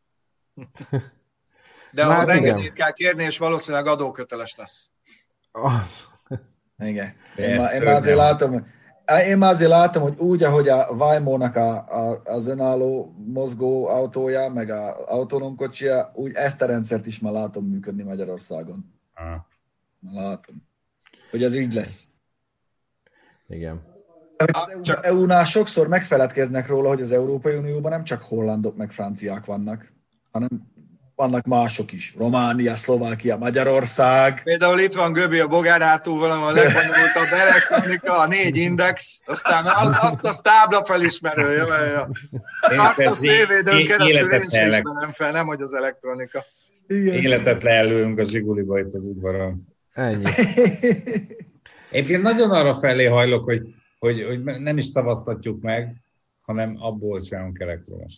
De az engedélyt kell kérni, és valószínűleg adóköteles lesz. Az. Igen. Én, ma, én, már azért látom, én már azért látom, hogy úgy, ahogy a Waymo-nak a, a, az önálló mozgó autója, meg az autonóm kocsia, úgy ezt a rendszert is már látom működni Magyarországon. Ah. Látom. Hogy ez így lesz. Igen. Az csak... é u-nál sokszor megfeledkeznek róla, hogy az Európai Unióban nem csak hollandok meg franciák vannak, hanem vannak mások is. Románia, Szlovákia, Magyarország. Például itt van Göbi a bogár hátul, valami a legbonyolultabb elektronika, a négy index, aztán az, azt a tábla felismerő. Ja, ja. Harcos szélvédőn keresztül én sem ismerem fel, nem hogy az elektronika. Igen. Életet leelőünk a Zsiguliba itt az udvaron. Ennyi. Én nagyon arra felé hajlok, hogy, hogy, hogy nem is szavaztatjuk meg, hanem abból csinálunk elektromos.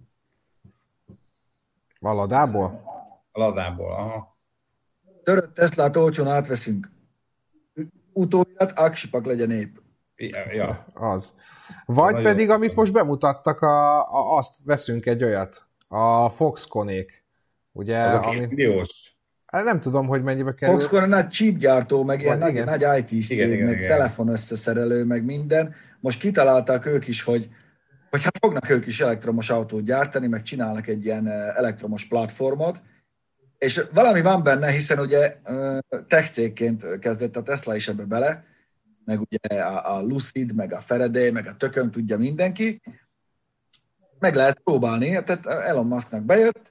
A Ladából? A Ladából, aha. Törött Teslát olcsón átveszünk. Utóirat, aksipak legyen épp. Ja, ja. Az. Vagy nagyon pedig, amit most bemutattak, a, a, azt veszünk egy olyat. A Foxconnék. Ugye, az a két milliós? Nem tudom, hogy mennyibe kerül. Foxconn nagy chipgyártó, meg ilyen nagy, nagy i té cég, igen, meg igen. telefon összeszerelő, meg minden. Most kitalálták ők is, hogy, hogy hát fognak ők is elektromos autót gyártani, meg csinálnak egy ilyen elektromos platformot, és valami van benne, hiszen ugye tech cégként kezdett a Tesla is ebbe bele, meg ugye a, a Lucid, meg a Faraday, meg a tököm tudja mindenki. Meg lehet próbálni, tehát Elon Musknak bejött,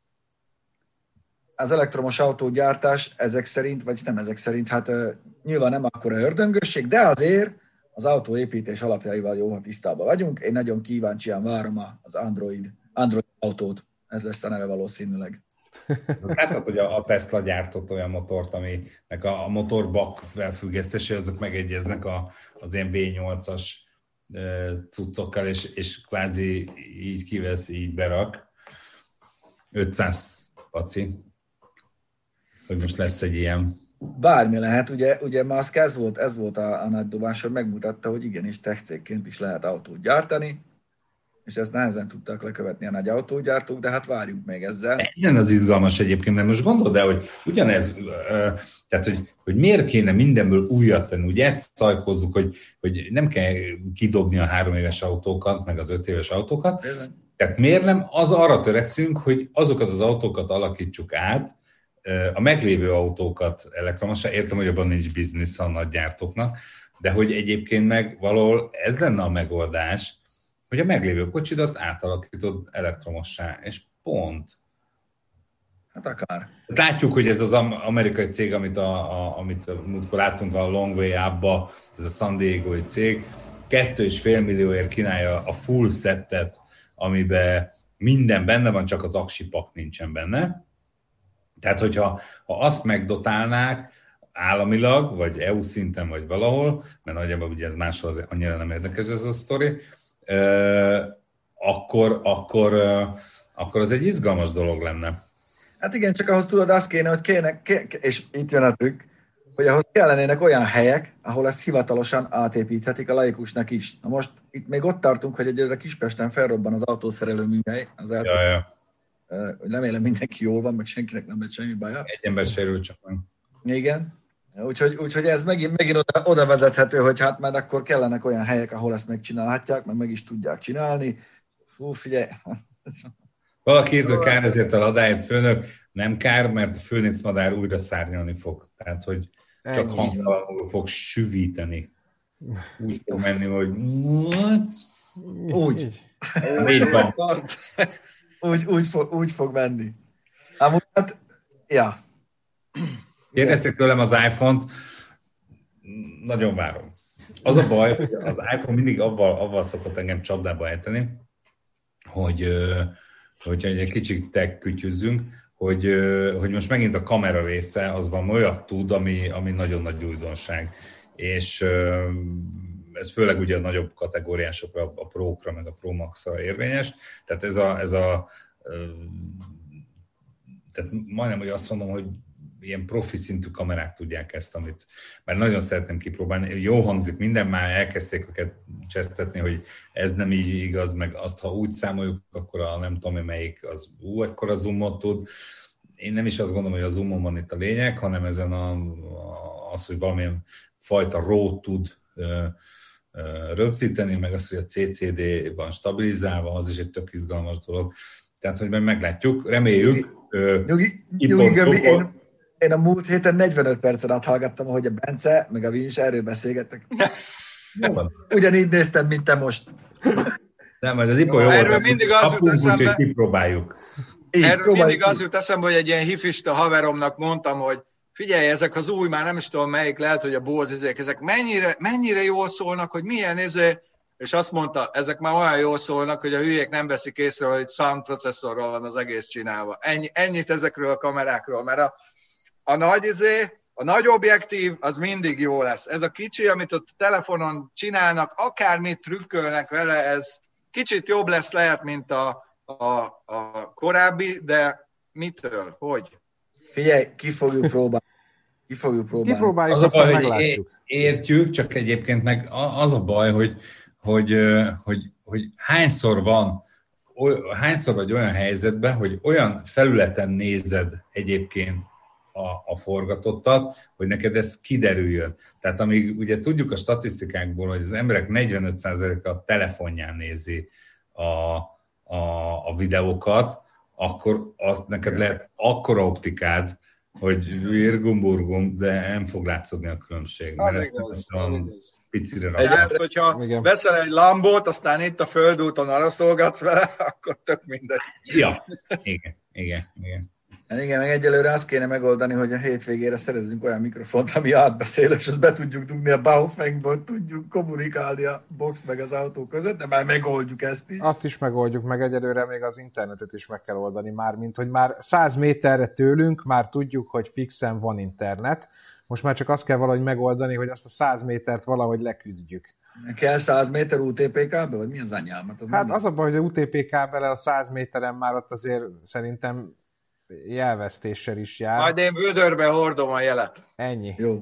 az elektromos autógyártás ezek szerint, vagy nem ezek szerint, hát uh, nyilván nem akkora ördöngösség, de azért az autóépítés alapjaival jó, tisztában vagyunk. Én nagyon kíváncsian várom az Android, Android autót. Ez lesz a neve valószínűleg. Látod, hogy a Tesla gyártott olyan motort, aminek a, a motorbak felfüggesztése, azok megegyeznek a, az ilyen vé nyolcas uh, cuccokkal, és, és kvázi így kivesz, így berak. ötszáz paci. Hogy most lesz egy ilyen. Bármi lehet, ugye, ugye Musk ez volt, ez volt a, a nagy dobás, hogy megmutatta, hogy igenis tech cégként is lehet autót gyártani, és ezt nehezen tudták lekövetni a nagy autógyártók, de hát várjuk még ezzel. Igen, az izgalmas egyébként, mert most gondold el, hogy ugyanez, tehát hogy, hogy miért kéne mindenből újat venni, ugye ezt szajkozzuk, hogy, hogy nem kell kidobni a három éves autókat, meg az öt éves autókat, Bizony. Tehát miért nem az arra törekszünk, hogy azokat az autókat alakítsuk át, a meglévő autókat elektromosra, értem, hogy abban nincs biznisz a nagy gyártóknak, de hogy egyébként meg valahol ez lenne a megoldás, hogy a meglévő kocsidat átalakítod elektromossá, és pont. Hát akár. Látjuk, hogy ez az amerikai cég, amit, a, a, amit múltkor láttunk a Long Way Up-ba, ez a San Diego-i cég, kettő és fél millióért kínálja a full settet, amiben minden benne van, csak az aksipak nincsen benne. Tehát, hogyha ha azt megdotálnák államilag, vagy é u szinten, vagy valahol, mert nagyjából ugye ez máshol azért annyira nem érdekes ez a sztori, akkor, akkor, akkor az egy izgalmas dolog lenne. Hát igen, csak ahhoz tudod, azt kéne, hogy kéne, ké, és itt jön a trükk, hogy ahhoz kellenének olyan helyek, ahol ezt hivatalosan átépíthetik a laikusnak is. Na most itt még ott tartunk, hogy egyre Kispesten felrobban az autószerelő műhely, az elpont. Ja, ja. Hogy remélem mindenki jól van, meg senkinek nem lett semmi baja. Egy ember sérül csak meg. Igen. Úgyhogy, úgyhogy ez megint, megint oda, oda vezethető, hogy hát már akkor kellenek olyan helyek, ahol ezt megcsinálhatják, meg meg is tudják csinálni. Fú, figyelj! Valaki írt, hogy kár ezért a ladáért, főnök. Nem kár, mert a főnécmadár újra szárnyalni fog. Tehát, hogy csak hangtalanul fog süvíteni. Úgy fog menni, hogy... Úgy. Így van. Úgy, úgy, fog, úgy fog menni. Amúgy, hát, ja. Kérdezték tőlem az iPhone-t, nagyon várom. Az a baj, hogy az iPhone mindig avval, avval szokott engem csapdába ejteni, hogy hogyha egy kicsit tech kütyüzzünk, hogy, hogy most megint a kamera része az van olyat tud, ami, ami nagyon nagy újdonság. És ez főleg ugye a nagyobb kategóriásokra, a Pro-kra, meg a Pro Max-ra érvényes. Tehát ez a, ez a tehát majdnem, hogy azt mondom, hogy ilyen profi szintű kamerák tudják ezt, amit már nagyon szeretném kipróbálni. Jó hangzik minden, már elkezdték őket csesztetni, hogy ez nem így igaz, meg azt, ha úgy számoljuk, akkor a nem tudom, melyik az ú, ekkora zoomot tud. Én nem is azt gondolom, hogy a zoomon van itt a lényeg, hanem ezen a, a, az, hogy valamilyen fajta RAW tud ö, ö, rögzíteni, meg az, hogy a cé cé dé van stabilizálva, az is egy tök izgalmas dolog. Tehát, hogy meglátjuk, reméljük. Nyugi, nyugi Göbi, én, én a múlt héten negyvenöt percen át hallgattam, ahogy a Bence, meg a Vincs erről beszélgettek. Ugyanígy néztem, mint te most. Nem, majd az Ippo jó, erről mindig az jut eszembe. Kipróbáljuk. Így, erről mindig az jut eszembe, hogy egy ilyen hifista haveromnak mondtam, hogy figyelj, ezek az új, már nem is tudom melyik, lehet, hogy a Bose izék, ezek mennyire, mennyire jól szólnak, hogy milyen izé, és azt mondta, ezek már olyan jól szólnak, hogy a hülyék nem veszik észre, hogy sound processzorral van az egész csinálva. Ennyi, ennyit ezekről a kamerákról, mert a, a nagy izé, a nagy objektív, az mindig jó lesz. Ez a kicsi, amit ott telefonon csinálnak, akármit trükkölnek vele, ez kicsit jobb lesz lehet, mint a, a, a korábbi, de mitől? Hogy? Figyelj, ki fogjuk próbálni. Ki fogjuk próbálni. Kipróbáljuk, aztán meglátjuk. Értjük, csak egyébként meg az a baj, hogy, hogy, hogy, hogy hányszor van, hányszor vagy olyan helyzetben, hogy olyan felületen nézed egyébként a, a forgatottat, hogy neked ez kiderüljön. Tehát amíg ugye tudjuk a statisztikákból, hogy az emberek negyvenöt százaléka a telefonján nézi a, a, a videókat, akkor azt neked lehet akkora optikád, hogy virgum-burgum, de nem fog látszódni a különbség. Az igaz, az igaz. Picire rá. Tehát, hogyha igen. veszel egy Lambót, aztán itt a földúton araszolgatsz vele, akkor tök mindegy. Ja, igen, igen, igen. Hát igen, meg egyelőre azt kéne megoldani, hogy a hétvégére szerezzünk olyan mikrofont, ami átbeszél, és azt be tudjuk dugni a Baofengból, tudjuk kommunikálni a box meg az autó között, de már megoldjuk ezt is. Azt is megoldjuk, meg egyelőre még az internetet is meg kell oldani már, mint hogy már száz méterre tőlünk már tudjuk, hogy fixen van internet. Most már csak azt kell valahogy megoldani, hogy azt a száz métert valahogy leküzdjük. Kell száz méter u té pé kábel, vagy mi az anyálmat? Az hát az a baj, hogy a u té pé kábel a száz méteren már ott azért szerintem jelvesztéssel is jár. Majd én vödörbe hordom a jelet. Ennyi. Jó.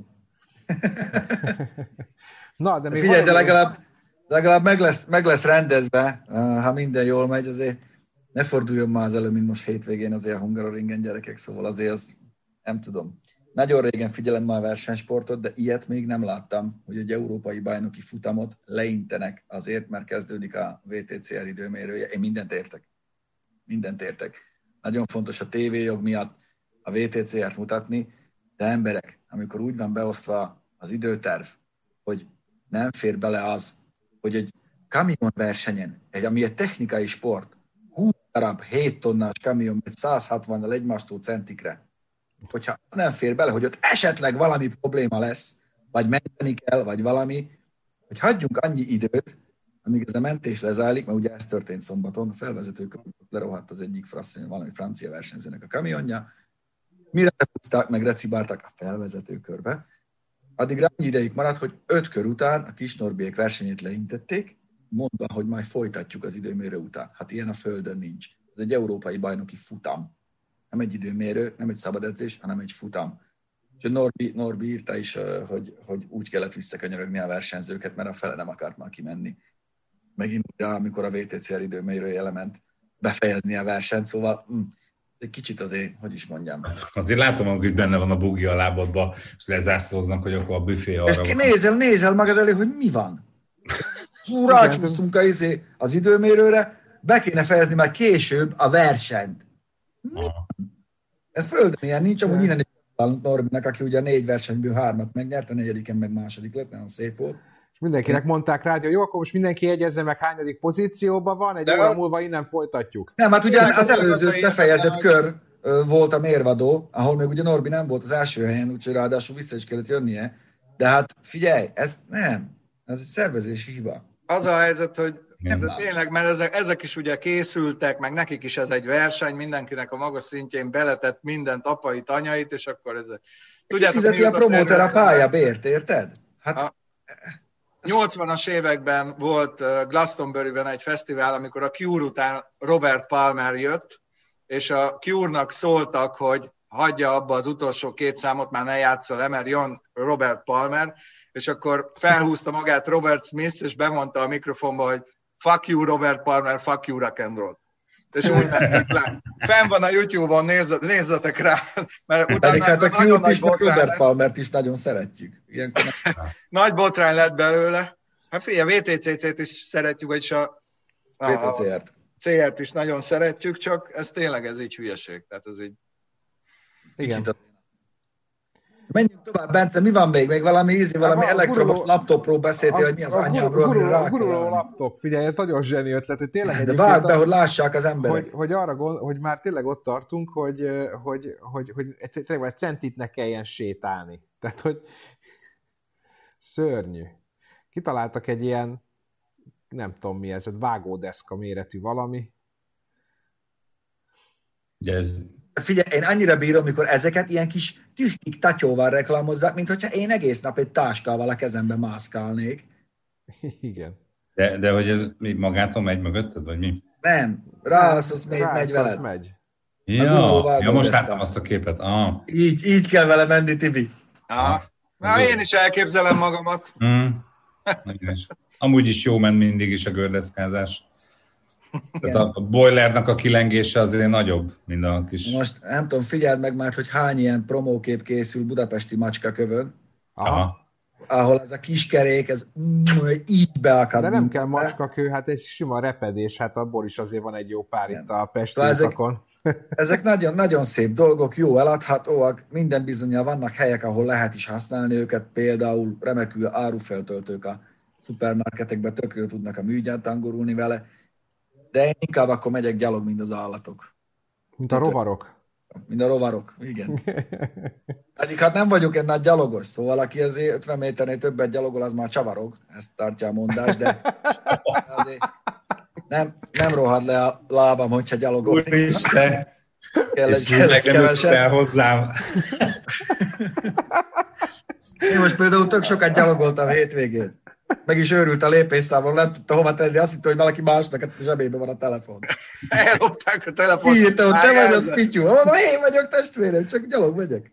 Na, de még figyelj, de legalább, legalább meg, lesz, meg lesz rendezve, ha minden jól megy, azért ne forduljon már az elő, mint most hétvégén azért a Hungaroringen gyerekek, szóval azért az, nem tudom. Nagyon régen figyelem már a versenysportot, de ilyet még nem láttam, hogy egy európai bajnoki futamot leintenek azért, mert kezdődik a vé té cé er időmérője. Én mindent értek. Mindent értek. Nagyon fontos a tévéjog miatt a vé té cé ert mutatni, de emberek, amikor úgy van beosztva az időterv, hogy nem fér bele az, hogy egy kamionversenyen, egy, ami egy technikai sport, húsz darab hét tonnás kamion, egy száz hatvannal egymástól centikre, hogyha az nem fér bele, hogy ott esetleg valami probléma lesz, vagy menteni kell, vagy valami, hogy hagyjunk annyi időt, amíg ez a mentés lezajlik, mert ugye ez történt szombaton, a felvezetőkön lerohadt az egyik frasszony, valami francia versenyzőnek a kamionja, mire húzták, meg recibálták a felvezetőkörbe, addig annyi ideig maradt, hogy öt kör után a kis Norbiék versenyét leintették, mondva, hogy majd folytatjuk az időmérő után. Hát ilyen a Földön nincs. Ez egy európai bajnoki futam. Nem egy időmérő, nem egy szabad edzés, hanem egy futam. És Norbi, Norbi írta is, hogy, hogy úgy kellett visszakanyarogni a versenyzőket, mert a fele nem akart már kimenni. Megint ugye, amikor a vé té cé er időmérője lement befejezni a versenyt, szóval hm, egy kicsit azért, hogy is mondjam. Azért látom, hogy benne van a bugja a lábadba, és lezászlóznak, hogy akkor a büfé arra és nézel, nézel magad elé, hogy mi van. Hú, rácsúsztunk az időmérőre, be kéne fejezni már később a versenyt. Ez földön ilyen nincs, amúgy innen is találunk Norbinak, aki ugye négy versenyből hármat megnyert, a negyediken meg második lett, nagyon szép volt. És mindenkinek mondták rá, hogy jó, akkor most mindenki jegyezze meg, hányadik pozícióban van, egy óra az... múlva innen folytatjuk. Nem, hát ugye az előző befejezett kör volt a mérvadó, ahol még ugye Norbi nem volt az első helyen, úgyhogy ráadásul vissza is kellett jönnie. De hát figyelj, ez nem, ez egy szervezési hiba. Az a helyzet, hogy de tényleg, mert ezek, ezek is ugye készültek, meg nekik is ez egy verseny, mindenkinek a magas szintjén beletett mindent, apait, anyait, és akkor ez... Tudjátok, fizeti a promóter a pályabért, érted? Hát... A nyolcvanas években volt Glastonburyben egy fesztivál, amikor a Cure után Robert Palmer jött, és a Cure-nak szóltak, hogy hagyja abba az utolsó két számot, már ne játssza le, mert jön Robert Palmer, és akkor felhúzta magát Robert Smith, és bemondta a mikrofonba, hogy fuck you Robert Palmer, fuck you rock and roll. És úgy mentünk le. Fenn van a YouTube-on, nézz, nézzetek rá. Mert utána hát a Cure-t is, meg Robert Palmert is nagyon szeretjük. Ilyenkor nagy botrány lett belőle. Hát figyelj, a vé té cé cét is szeretjük, vagyis a, a, vé té cé ert. cé ert is nagyon szeretjük, csak ez tényleg ez így hülyeség. Tehát ez így... Igen. Menjünk tovább, Bence, mi van még? Még valami ízi, valami elektromos laptopról beszéltél, hogy mi az anyámról, amire rá kell guruló laptop, figyelj, ez nagyon zseni ötlet, hogy tényleg de vágd be, hogy lássák az emberek. Hogy, hogy arra gond, hogy már tényleg ott tartunk, hogy, hogy, hogy, hogy tényleg egy centit ne kelljen sétálni. Tehát, hogy szörnyű. Kitaláltak egy ilyen, nem tudom mi ez, egy vágódeszka méretű valami. Ugye ez... Figyelj, én annyira bírom, mikor ezeket ilyen kis tühtik tatyóval reklámozzák, mint hogyha én egész nap egy táskával a kezembe mászkálnék. Igen. De, de hogy ez mi magától megy mögötted, vagy mi? Nem, rász, az megy, megy veled. megy. Ja, ja, most láttam azt a képet. Ah. Így, így kell vele menni, Tibi. Ah. Na, én is elképzelem magamat. Mm. Amúgy is jó ment mindig is a gördeszkázás. Tehát a boilernak a kilengése azért nagyobb, mint a kis... Most nem tudom, figyeld meg már, hogy hány ilyen promókép készül budapesti macskakövön. Aha. Ahol ez a kis kerék, ez így beakad. De nem kell macskakő, hát egy sima repedés, hát abból is azért van egy jó pár igen. Itt a Pesti éjszakon. Ezek, ezek nagyon, nagyon szép dolgok, jó eladhatóak, minden bizonnyal vannak helyek, ahol lehet is használni őket, például remekül árufeltöltők a szupermarketekben tökről tudnak a műgyártán gurulni vele, de én inkább akkor megyek gyalog, mint az állatok. Mint a rovarok. Mint a rovarok, igen. Eddig hát nem vagyok egy nagy gyalogos, szóval aki azért ötven méternél többet gyalogol, az már csavarog, ezt tartja a mondás, de azért nem, nem rohad le a lábam, hogyha gyalogol. Úristen! Kell egy, kell egy kevesebb. Hozzám. Én most például tök sokat gyalogoltam hétvégén. Meg is őrült a lépésszámon, nem tudta hova tenni, azt hitte, hogy valaki másnak a zsebében van a telefon. Ellopták a telefont. Írta, hogy te vagy az Pityu. Mondom, én vagyok testvérem, csak gyalog megyek.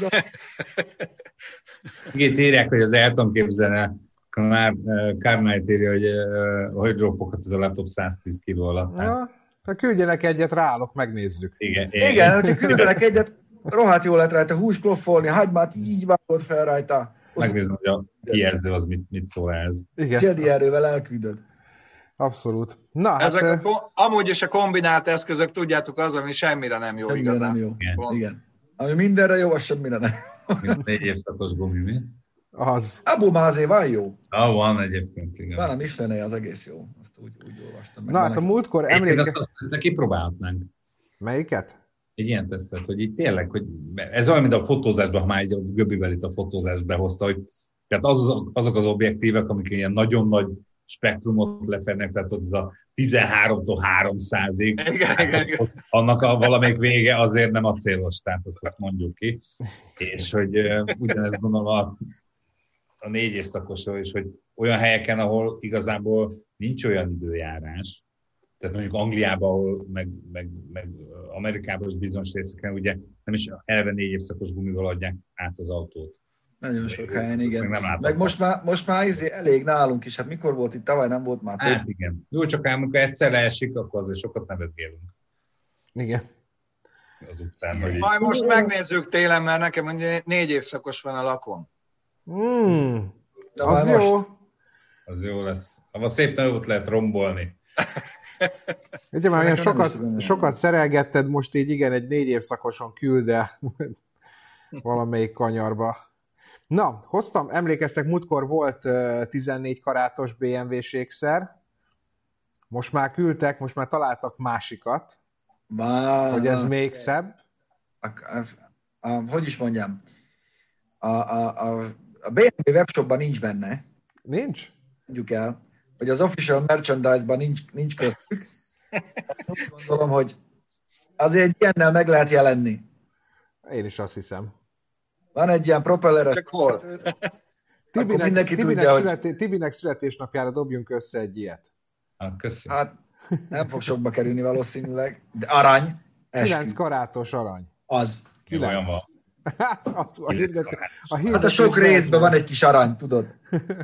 Itt írják, hogy az el tudom képzelni, Kárnájt írja, hogy hogy droppokat ez a laptop száztíz kiló alatt. Ja, ha küldjenek egyet, ráállok, megnézzük. Igen, Igen, hogyha küldenek egyet, rohadt jól lett rajta húskloffolni, hagymát így vágott fel rajta. Megnézem, hogy a kijelző az mit, mit szól ez. Igen. Jedi erővel elküldöd. Abszolút. Na, Ezek hát, a, amúgy is a kombinált eszközök, tudjátok, az, ami semmire nem jó Semmire igazán. nem jó. Igen. Igen. Ami mindenre jó, az semmire nem. Négy évszakos gumi, mi? az. Abu Mazé van jó. Ah, van egyébként, igen. Van a Michelinné, az egész jó. Azt úgy, úgy olvastam. Na, hát a múltkor emléke... emléke... Azt, azt kipróbálhatnánk. Melyiket? Egy ilyen tesztet, hogy így tényleg, hogy ez olyan, mint a fotózásban, ha már így a Göbivel itt a fotózást behozta, hogy tehát az, azok az objektívek, amik ilyen nagyon nagy spektrumot lefednek, tehát az a tizenháromtól háromszázig, Igen, igen, igen. annak a valamelyik vége azért nem acélos, tehát azt, azt mondjuk ki. És hogy uh, ugyanezt gondolom a, a négy évszakosról is, hogy olyan helyeken, ahol igazából nincs olyan időjárás, tehát mondjuk Angliában, ahol meg, meg, meg Amerikában is bizonyos részeken, ugye nem is elve négy évszakos gumival adják át az autót. Nagyon sok helyen, igen. Meg, meg most már, most már izé elég nálunk is. Hát mikor volt itt? Tavaly nem volt már több. Hát igen. Jó, csak ám, amikor egyszer leesik, akkor azért sokat nevetgélünk. Igen. Az utcán. Hogy Majd most megnézzük télen, mert nekem mondja, négy évszakos van a lakon. Mm, az jó. Most... Az jó lesz. Abban szép nagyot lehet rombolni. Ugye már olyan sokat, sokat szerelgetted, most így igen, egy négy évszakoson küld el valamelyik kanyarba. Na, hoztam, emlékeztek, múltkor volt uh, tizennégy karátos bé em vé-s ékszer, most már küldtek, most már találtak másikat, Bá, hogy ez még szebb. A, a, a, hogy is mondjam, a, a, a, a bé em vé webshopban nincs benne. Nincs? Mondjuk el, hogy az official merchandise-ban nincs, nincs köztük. Úgy gondolom, hogy azért egy ilyennel meg lehet jelenni. Én is azt hiszem. Van egy ilyen propelleres... Csak hol? Tibinek, mindenki Tibinek, tudja, születi, hogy... Tibinek születésnapjára dobjunk össze egy ilyet. Ah, köszönöm. Hát nem fog sokba kerülni valószínűleg, de arany. Kilenc karátos arany. Az. Kilenc. Olyan van. Hát, azt, a, hirdet, a, hát a sok részben van egy kis arany, tudod.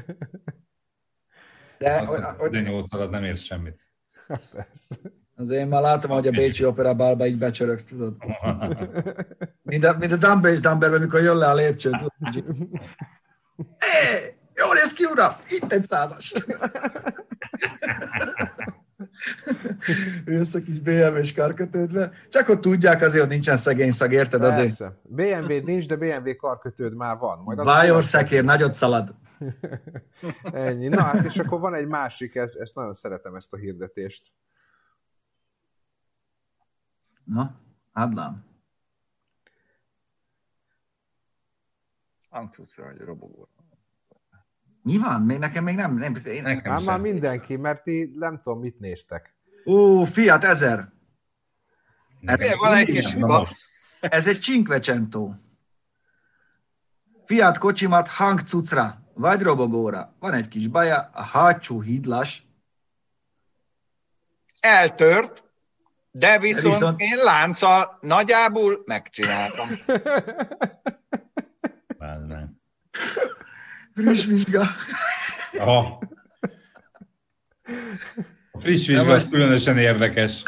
De, tizennyolc alatt nem érsz semmit. azért én már látom, hogy a Bécsi Opera Bálba így becsörögsz, tudod. Mint a, mint a Dumber és Dumberben, mikor jön le a lépcsőn, tudod. Hé, jól néz ki, uram! Itt egy százas! Ülsz a kis bé em vé-s karkötődve. Csak ott tudják azért, hogy nincsen szegény szag, érted azért. Persze. bé em vé nincs, de bé em vé karkötőd már van. Majd Bajor szekér, nagyot szalad. Ennyi. Na hát, és akkor van egy másik, ez, ezt nagyon szeretem, ezt a hirdetést. Na, Ádám. Hangcucra, vagy robogóra. Mi van? Még nekem még nem. nem én... Nekem Ám sem. már mindenki, mert ti nem tudom, mit néztek. Ó, Fiat ezer. Nekem van egy kis hiba. Ez egy Cinquecento. Fiat kocsimat hangcucra, vagy robogóra. Van egy kis baja, a hátsó hídlas. Eltört, de viszont, Viszont- én lánccal nagyjából megcsináltam. Várj meg. Friss vizsga. Aha. A friss vizsga az különösen érdekes.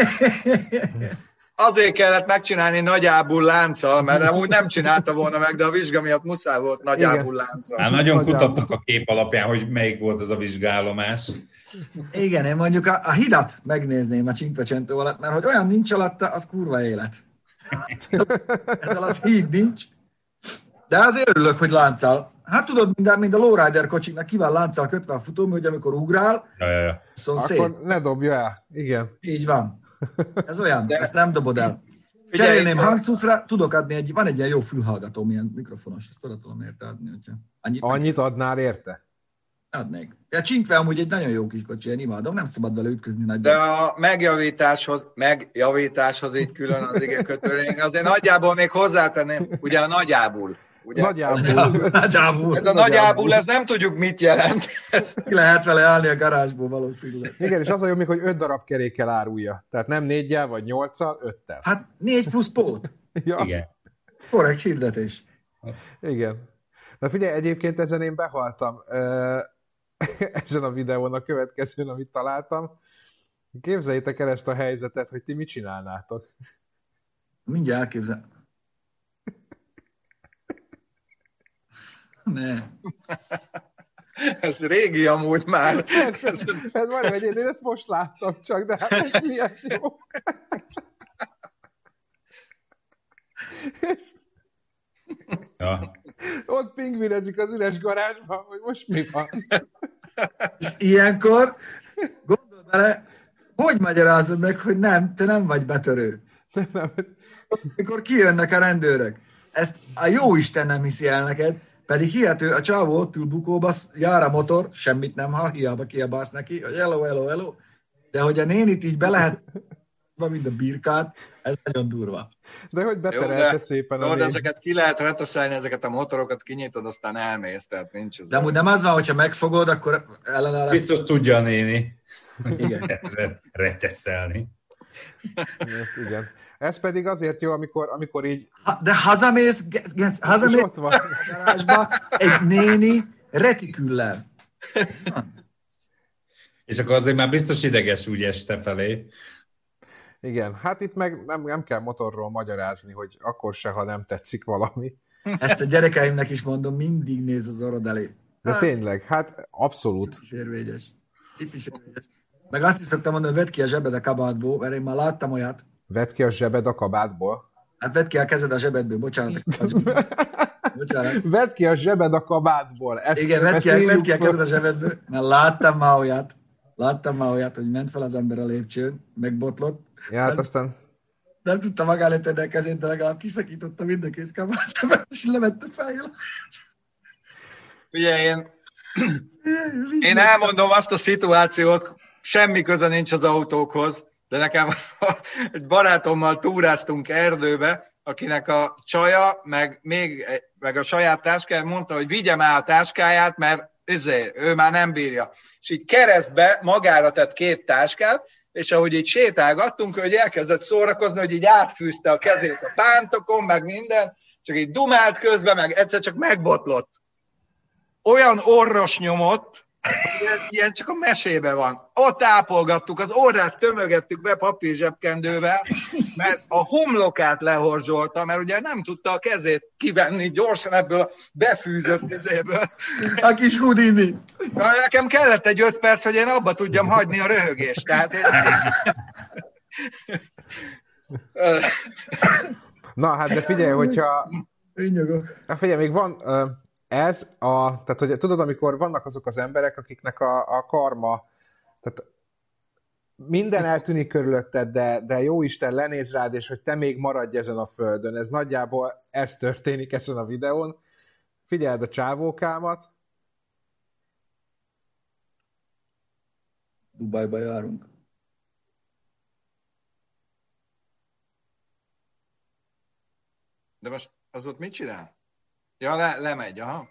Azért kellett megcsinálni nagyjából lánccal, mert amúgy nem csinálta volna meg, de a vizsga miatt muszáj volt nagyjából lánccal. Hát nagyon Nagyjából. kutattak a kép alapján, hogy melyik volt az a vizsgálomás. Igen, én mondjuk a, a hidat megnézném a Cinquecento alatt, mert hogy olyan nincs alatta, az kurva élet. Ez alatt híd nincs. De azért örülök, hogy lánccal. Hát tudod, minden, mind a lowrider kocsiknak ki van lánccal kötve a futómű, hogy amikor ugrál, Ja, ja, ja. szóval szép. Akkor ne dobja el. Igen. Így van. Ez olyan, De- ezt nem dobod el. Figyelj, Cserélném én- hangcucra, tudok adni egy, van egy ilyen jó fülhallgató, milyen mikrofonos, ezt oda tudom érte adni, hogyha annyit Annyit adnál érte? adnék. A Cinque amúgy egy nagyon jó kis kocsi, én imádom, nem szabad vele ütközni nagy. De a megjavításhoz, megjavításhoz így külön az igekötőlény, azért nagyjából még hozzátenném, ugye a nagyjából. Ugye? Nagyjából. Nagyjából. Ez a nagyjából, ez nem tudjuk mit jelent. Ki lehet vele állni a garázsból valószínűleg. Igen, és az a jó még, hogy öt darab kerékkel árulja. Tehát nem négyel, vagy nyolccal, öttel. Hát négy plusz pót. Ja, Igen. Korrekt hirdetés. igen. Na figyelj, egyébként ezen én behaltam. Ö, ezen a videón, a következőn, amit találtam. Képzeljétek el ezt a helyzetet, hogy ti mit csinálnátok. Mindjárt elképzel. Ne. Ez régi amúgy már. Persze, ez van, hogy én, én ezt most láttam csak, de hát ez milyen jó. És Ja. ott pingvinezik az üres garázsban, hogy most mi van. És ilyenkor gondold bele, hogy magyarázod meg, hogy nem, te nem vagy betörő. Amikor kijönnek a rendőrök. Ezt a jó Isten nem hiszi el neked, pedig hihető, a csávó ott ül bukóba, jár a motor, semmit nem hall, hiába kiabálsz neki, hogy hello, hello, hello, de hogy a nénit így be lehet, mint a birkát, ez nagyon durva. De hogy Jó, beterelte de, szépen a tudod, négy. ezeket ki lehet reteszelni, ezeket a motorokat kinyitod, aztán elmész, tehát nincs ez. De amúgy nem az van, hogyha megfogod, akkor ellenállás. Biztos tudja a néni. Igen. Reteszelni. Igen. Ez pedig azért jó, amikor, amikor így Ha, de hazamész, ge- ge- és hazamész ott van. a garázsba egy néni retiküllel. És akkor azért már biztos ideges úgy este felé. Igen, hát itt meg nem, nem kell motorról magyarázni, hogy akkor se, ha nem tetszik valami. Ezt a gyerekeimnek is mondom, mindig néz az orrod elé. De tényleg, hát abszolút. Itt is érvényes. Itt is érvényes. Meg azt is szoktam mondani, hogy vedd ki a zsebed a kabátból, mert én már láttam olyat. Vedd ki a zsebed a kabátból. Hát vedd ki a kezed a zsebedből, bocsánat. bocsánat. Vedd ki a zsebed a kabátból. Ezt, Igen, vedd ezt ki, a- vedd írjuk ki a föl. kezed a zsebedből, mert láttam már olyat. Láttam már olyat, hogy ment fel az ember a lépcsőn, megbotlott. Ja, hát aztán Nem tudta magállé tenni a kezét, de legalább kiszakította mind a két kabátsebet, és levette fejjel. Ugye én, én elmondom azt a szituációt, semmi köze nincs az autókhoz, de nekem egy barátommal túráztunk erdőbe, akinek a csaja, meg, még, meg a saját táskáját mondta, hogy vigyem el a táskáját, mert ezért, ő már nem bírja. És így keresztbe magára tett két táskát, és ahogy így sétálgattunk, hogy elkezdett szórakozni, hogy így átfűzte a kezét a pántokon, meg minden, csak így dumált közben, meg egyszer csak megbotlott. Olyan orros nyomott, Ilyen, ilyen csak a mesében van. Ott ápolgattuk, az orrát tömögettük be papír zsebkendővel, mert a homlokát lehorzsolta, mert ugye nem tudta a kezét kivenni gyorsan ebből a befűzött izéből. A kis Houdini. Nekem kellett egy öt perc, hogy én abba tudjam hagyni a röhögést. Tehát én... Na, hát de figyelj, hogyha... Vinyogok. Figyelj, még van ez a... Tehát, hogy tudod, amikor vannak azok az emberek, akiknek a, a karma... Tehát minden eltűnik körülötted, de, de jó Isten lenéz rád, és hogy te még maradj ezen a földön. Ez nagyjából ez történik ezen a videón. Figyeld a csávókámat. Dubajba járunk. De most az ott mit csinál? Ja, le, lemegy, aha.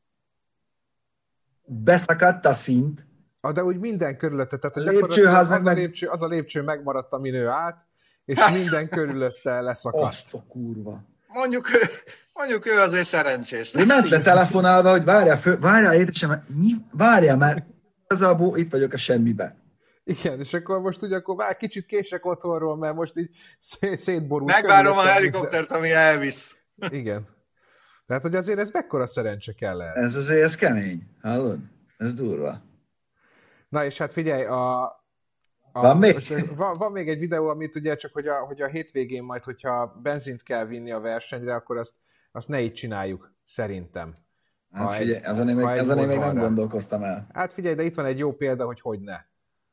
Beszakadt a szint. Ah, de úgy minden körülötte. Tehát, hogy lépcsőház az, meg... a lépcső, az a lépcső megmaradt, amin ő állt, és minden körülötte leszakadt. Azt a kurva. Mondjuk ő, mondjuk ő azért szerencsés. Ő ment le telefonálva, hogy várjál, fő, várjál édesem, mi? Várjál már, igazából itt vagyok a semmibe. Igen, és akkor most ugye, akkor már kicsit kések otthonról, mert most így szétborult. Megvárom a helikoptert, ami elvisz. Igen. Tehát, hogy azért ez mekkora szerencse kell el. Ez azért, ez kemény, hallod? Ez durva. Na és hát figyelj, a... a van még? Van, van még egy videó, amit ugye csak, hogy a, hogy a hétvégén majd, hogyha benzint kell vinni a versenyre, akkor azt, azt ne így csináljuk, szerintem. Hát figyelj, egy, ezen én még, ezen én még nem gondolkoztam el. Hát figyelj, de itt van egy jó példa, hogy hogy ne.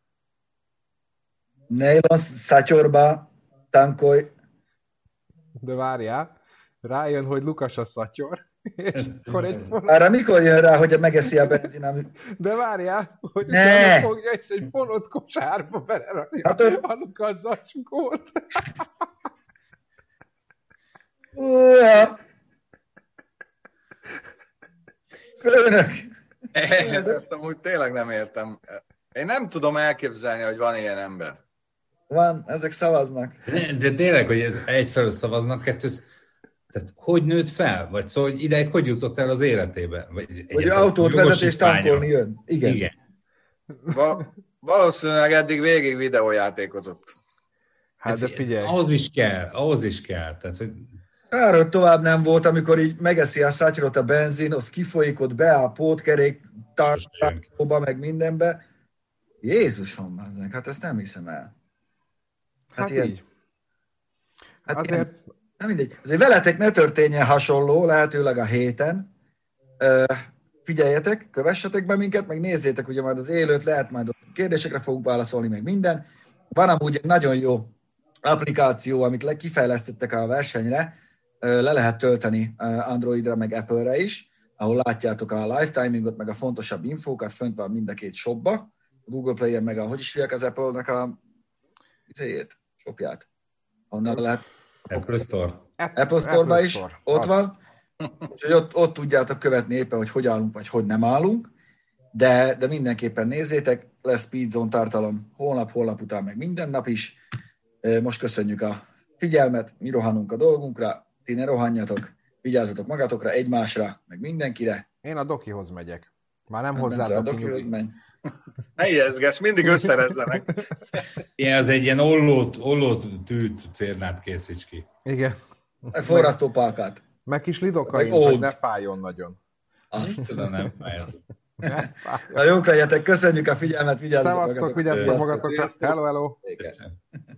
Nylon szatyorba tankolj. De várjál, rájön, hogy Lukas a szatyor. És akkor egy fonott... Arra mikor jön rá, hogy megeszi a benzin, ami... De várjál, hogy ne! fogja, és egy fonott kosárba belerakja hát ott... a Lukas zacskót. Főnök! Ezt amúgy tényleg nem értem. Én nem tudom elképzelni, hogy van ilyen ember. Van, ezek szavaznak. De, de tényleg, hogy ez egyfelől szavaznak, kettős, tehát hogy nőtt fel? Vagy szóval, hogy ideig hogy jutott el az életébe? Vagy hogy autót vezet és tankolni jön. Igen. Igen. Val- valószínűleg eddig végig videójátékozott. Hát de figyelj. Ahhoz is kell, ahhoz is kell. Tehát, hogy... Kár, hogy tovább nem volt, amikor így megeszi a szatyrot a benzin, az kifolyik ott be a pótkerék tartóba, meg mindenbe. Jézusom, hát ezt nem hiszem el. Hát, hát ilyen, így. Hát azért... Ilyen, nem mindegy. Azért veletek ne történjen hasonló, lehetőleg a héten. Uh, figyeljetek, kövessetek be minket, meg nézzétek, ugye majd az élőt lehet, majd ott kérdésekre fogunk válaszolni, meg minden. Van amúgy egy nagyon jó applikáció, amit kifejlesztettek a versenyre, uh, le lehet tölteni uh, Androidra, meg Apple-re is, ahol látjátok a live timingot, meg a fontosabb infókat, fönt van mind a két shopba. Google Play-en, meg a, hogy is hívják az Apple-nek a izéjét, shopját. Onnan lehet... Apple Store. Apple Store-ba is, Store. Ott az. Van. Úgyhogy ott, ott tudjátok követni éppen, hogy hogy állunk, vagy hogy nem állunk. De, de mindenképpen nézzétek, lesz Speedzone tartalom holnap, holnap után, meg minden nap is. Most köszönjük a figyelmet, mi rohanunk a dolgunkra, ti ne rohanjatok, vigyázzatok magatokra, egymásra, meg mindenkire. Én a dokihoz megyek. Már nem hozzá a dokihoz menj. Ne ijeszgess, mindig összerezzenek. Igen, az egy ilyen ollót, ollót tűt cérnát készíts ki. Igen. Forrasztópálkát. Meg kis lidokain, hogy ne fájjon nagyon. Azt tudom, nem fáj azt. Na jók legyetek, köszönjük a figyelmet, vigyázzatok magatokra. Szevasztok, vigyázzatok magatokra. Hello, hello. Igen.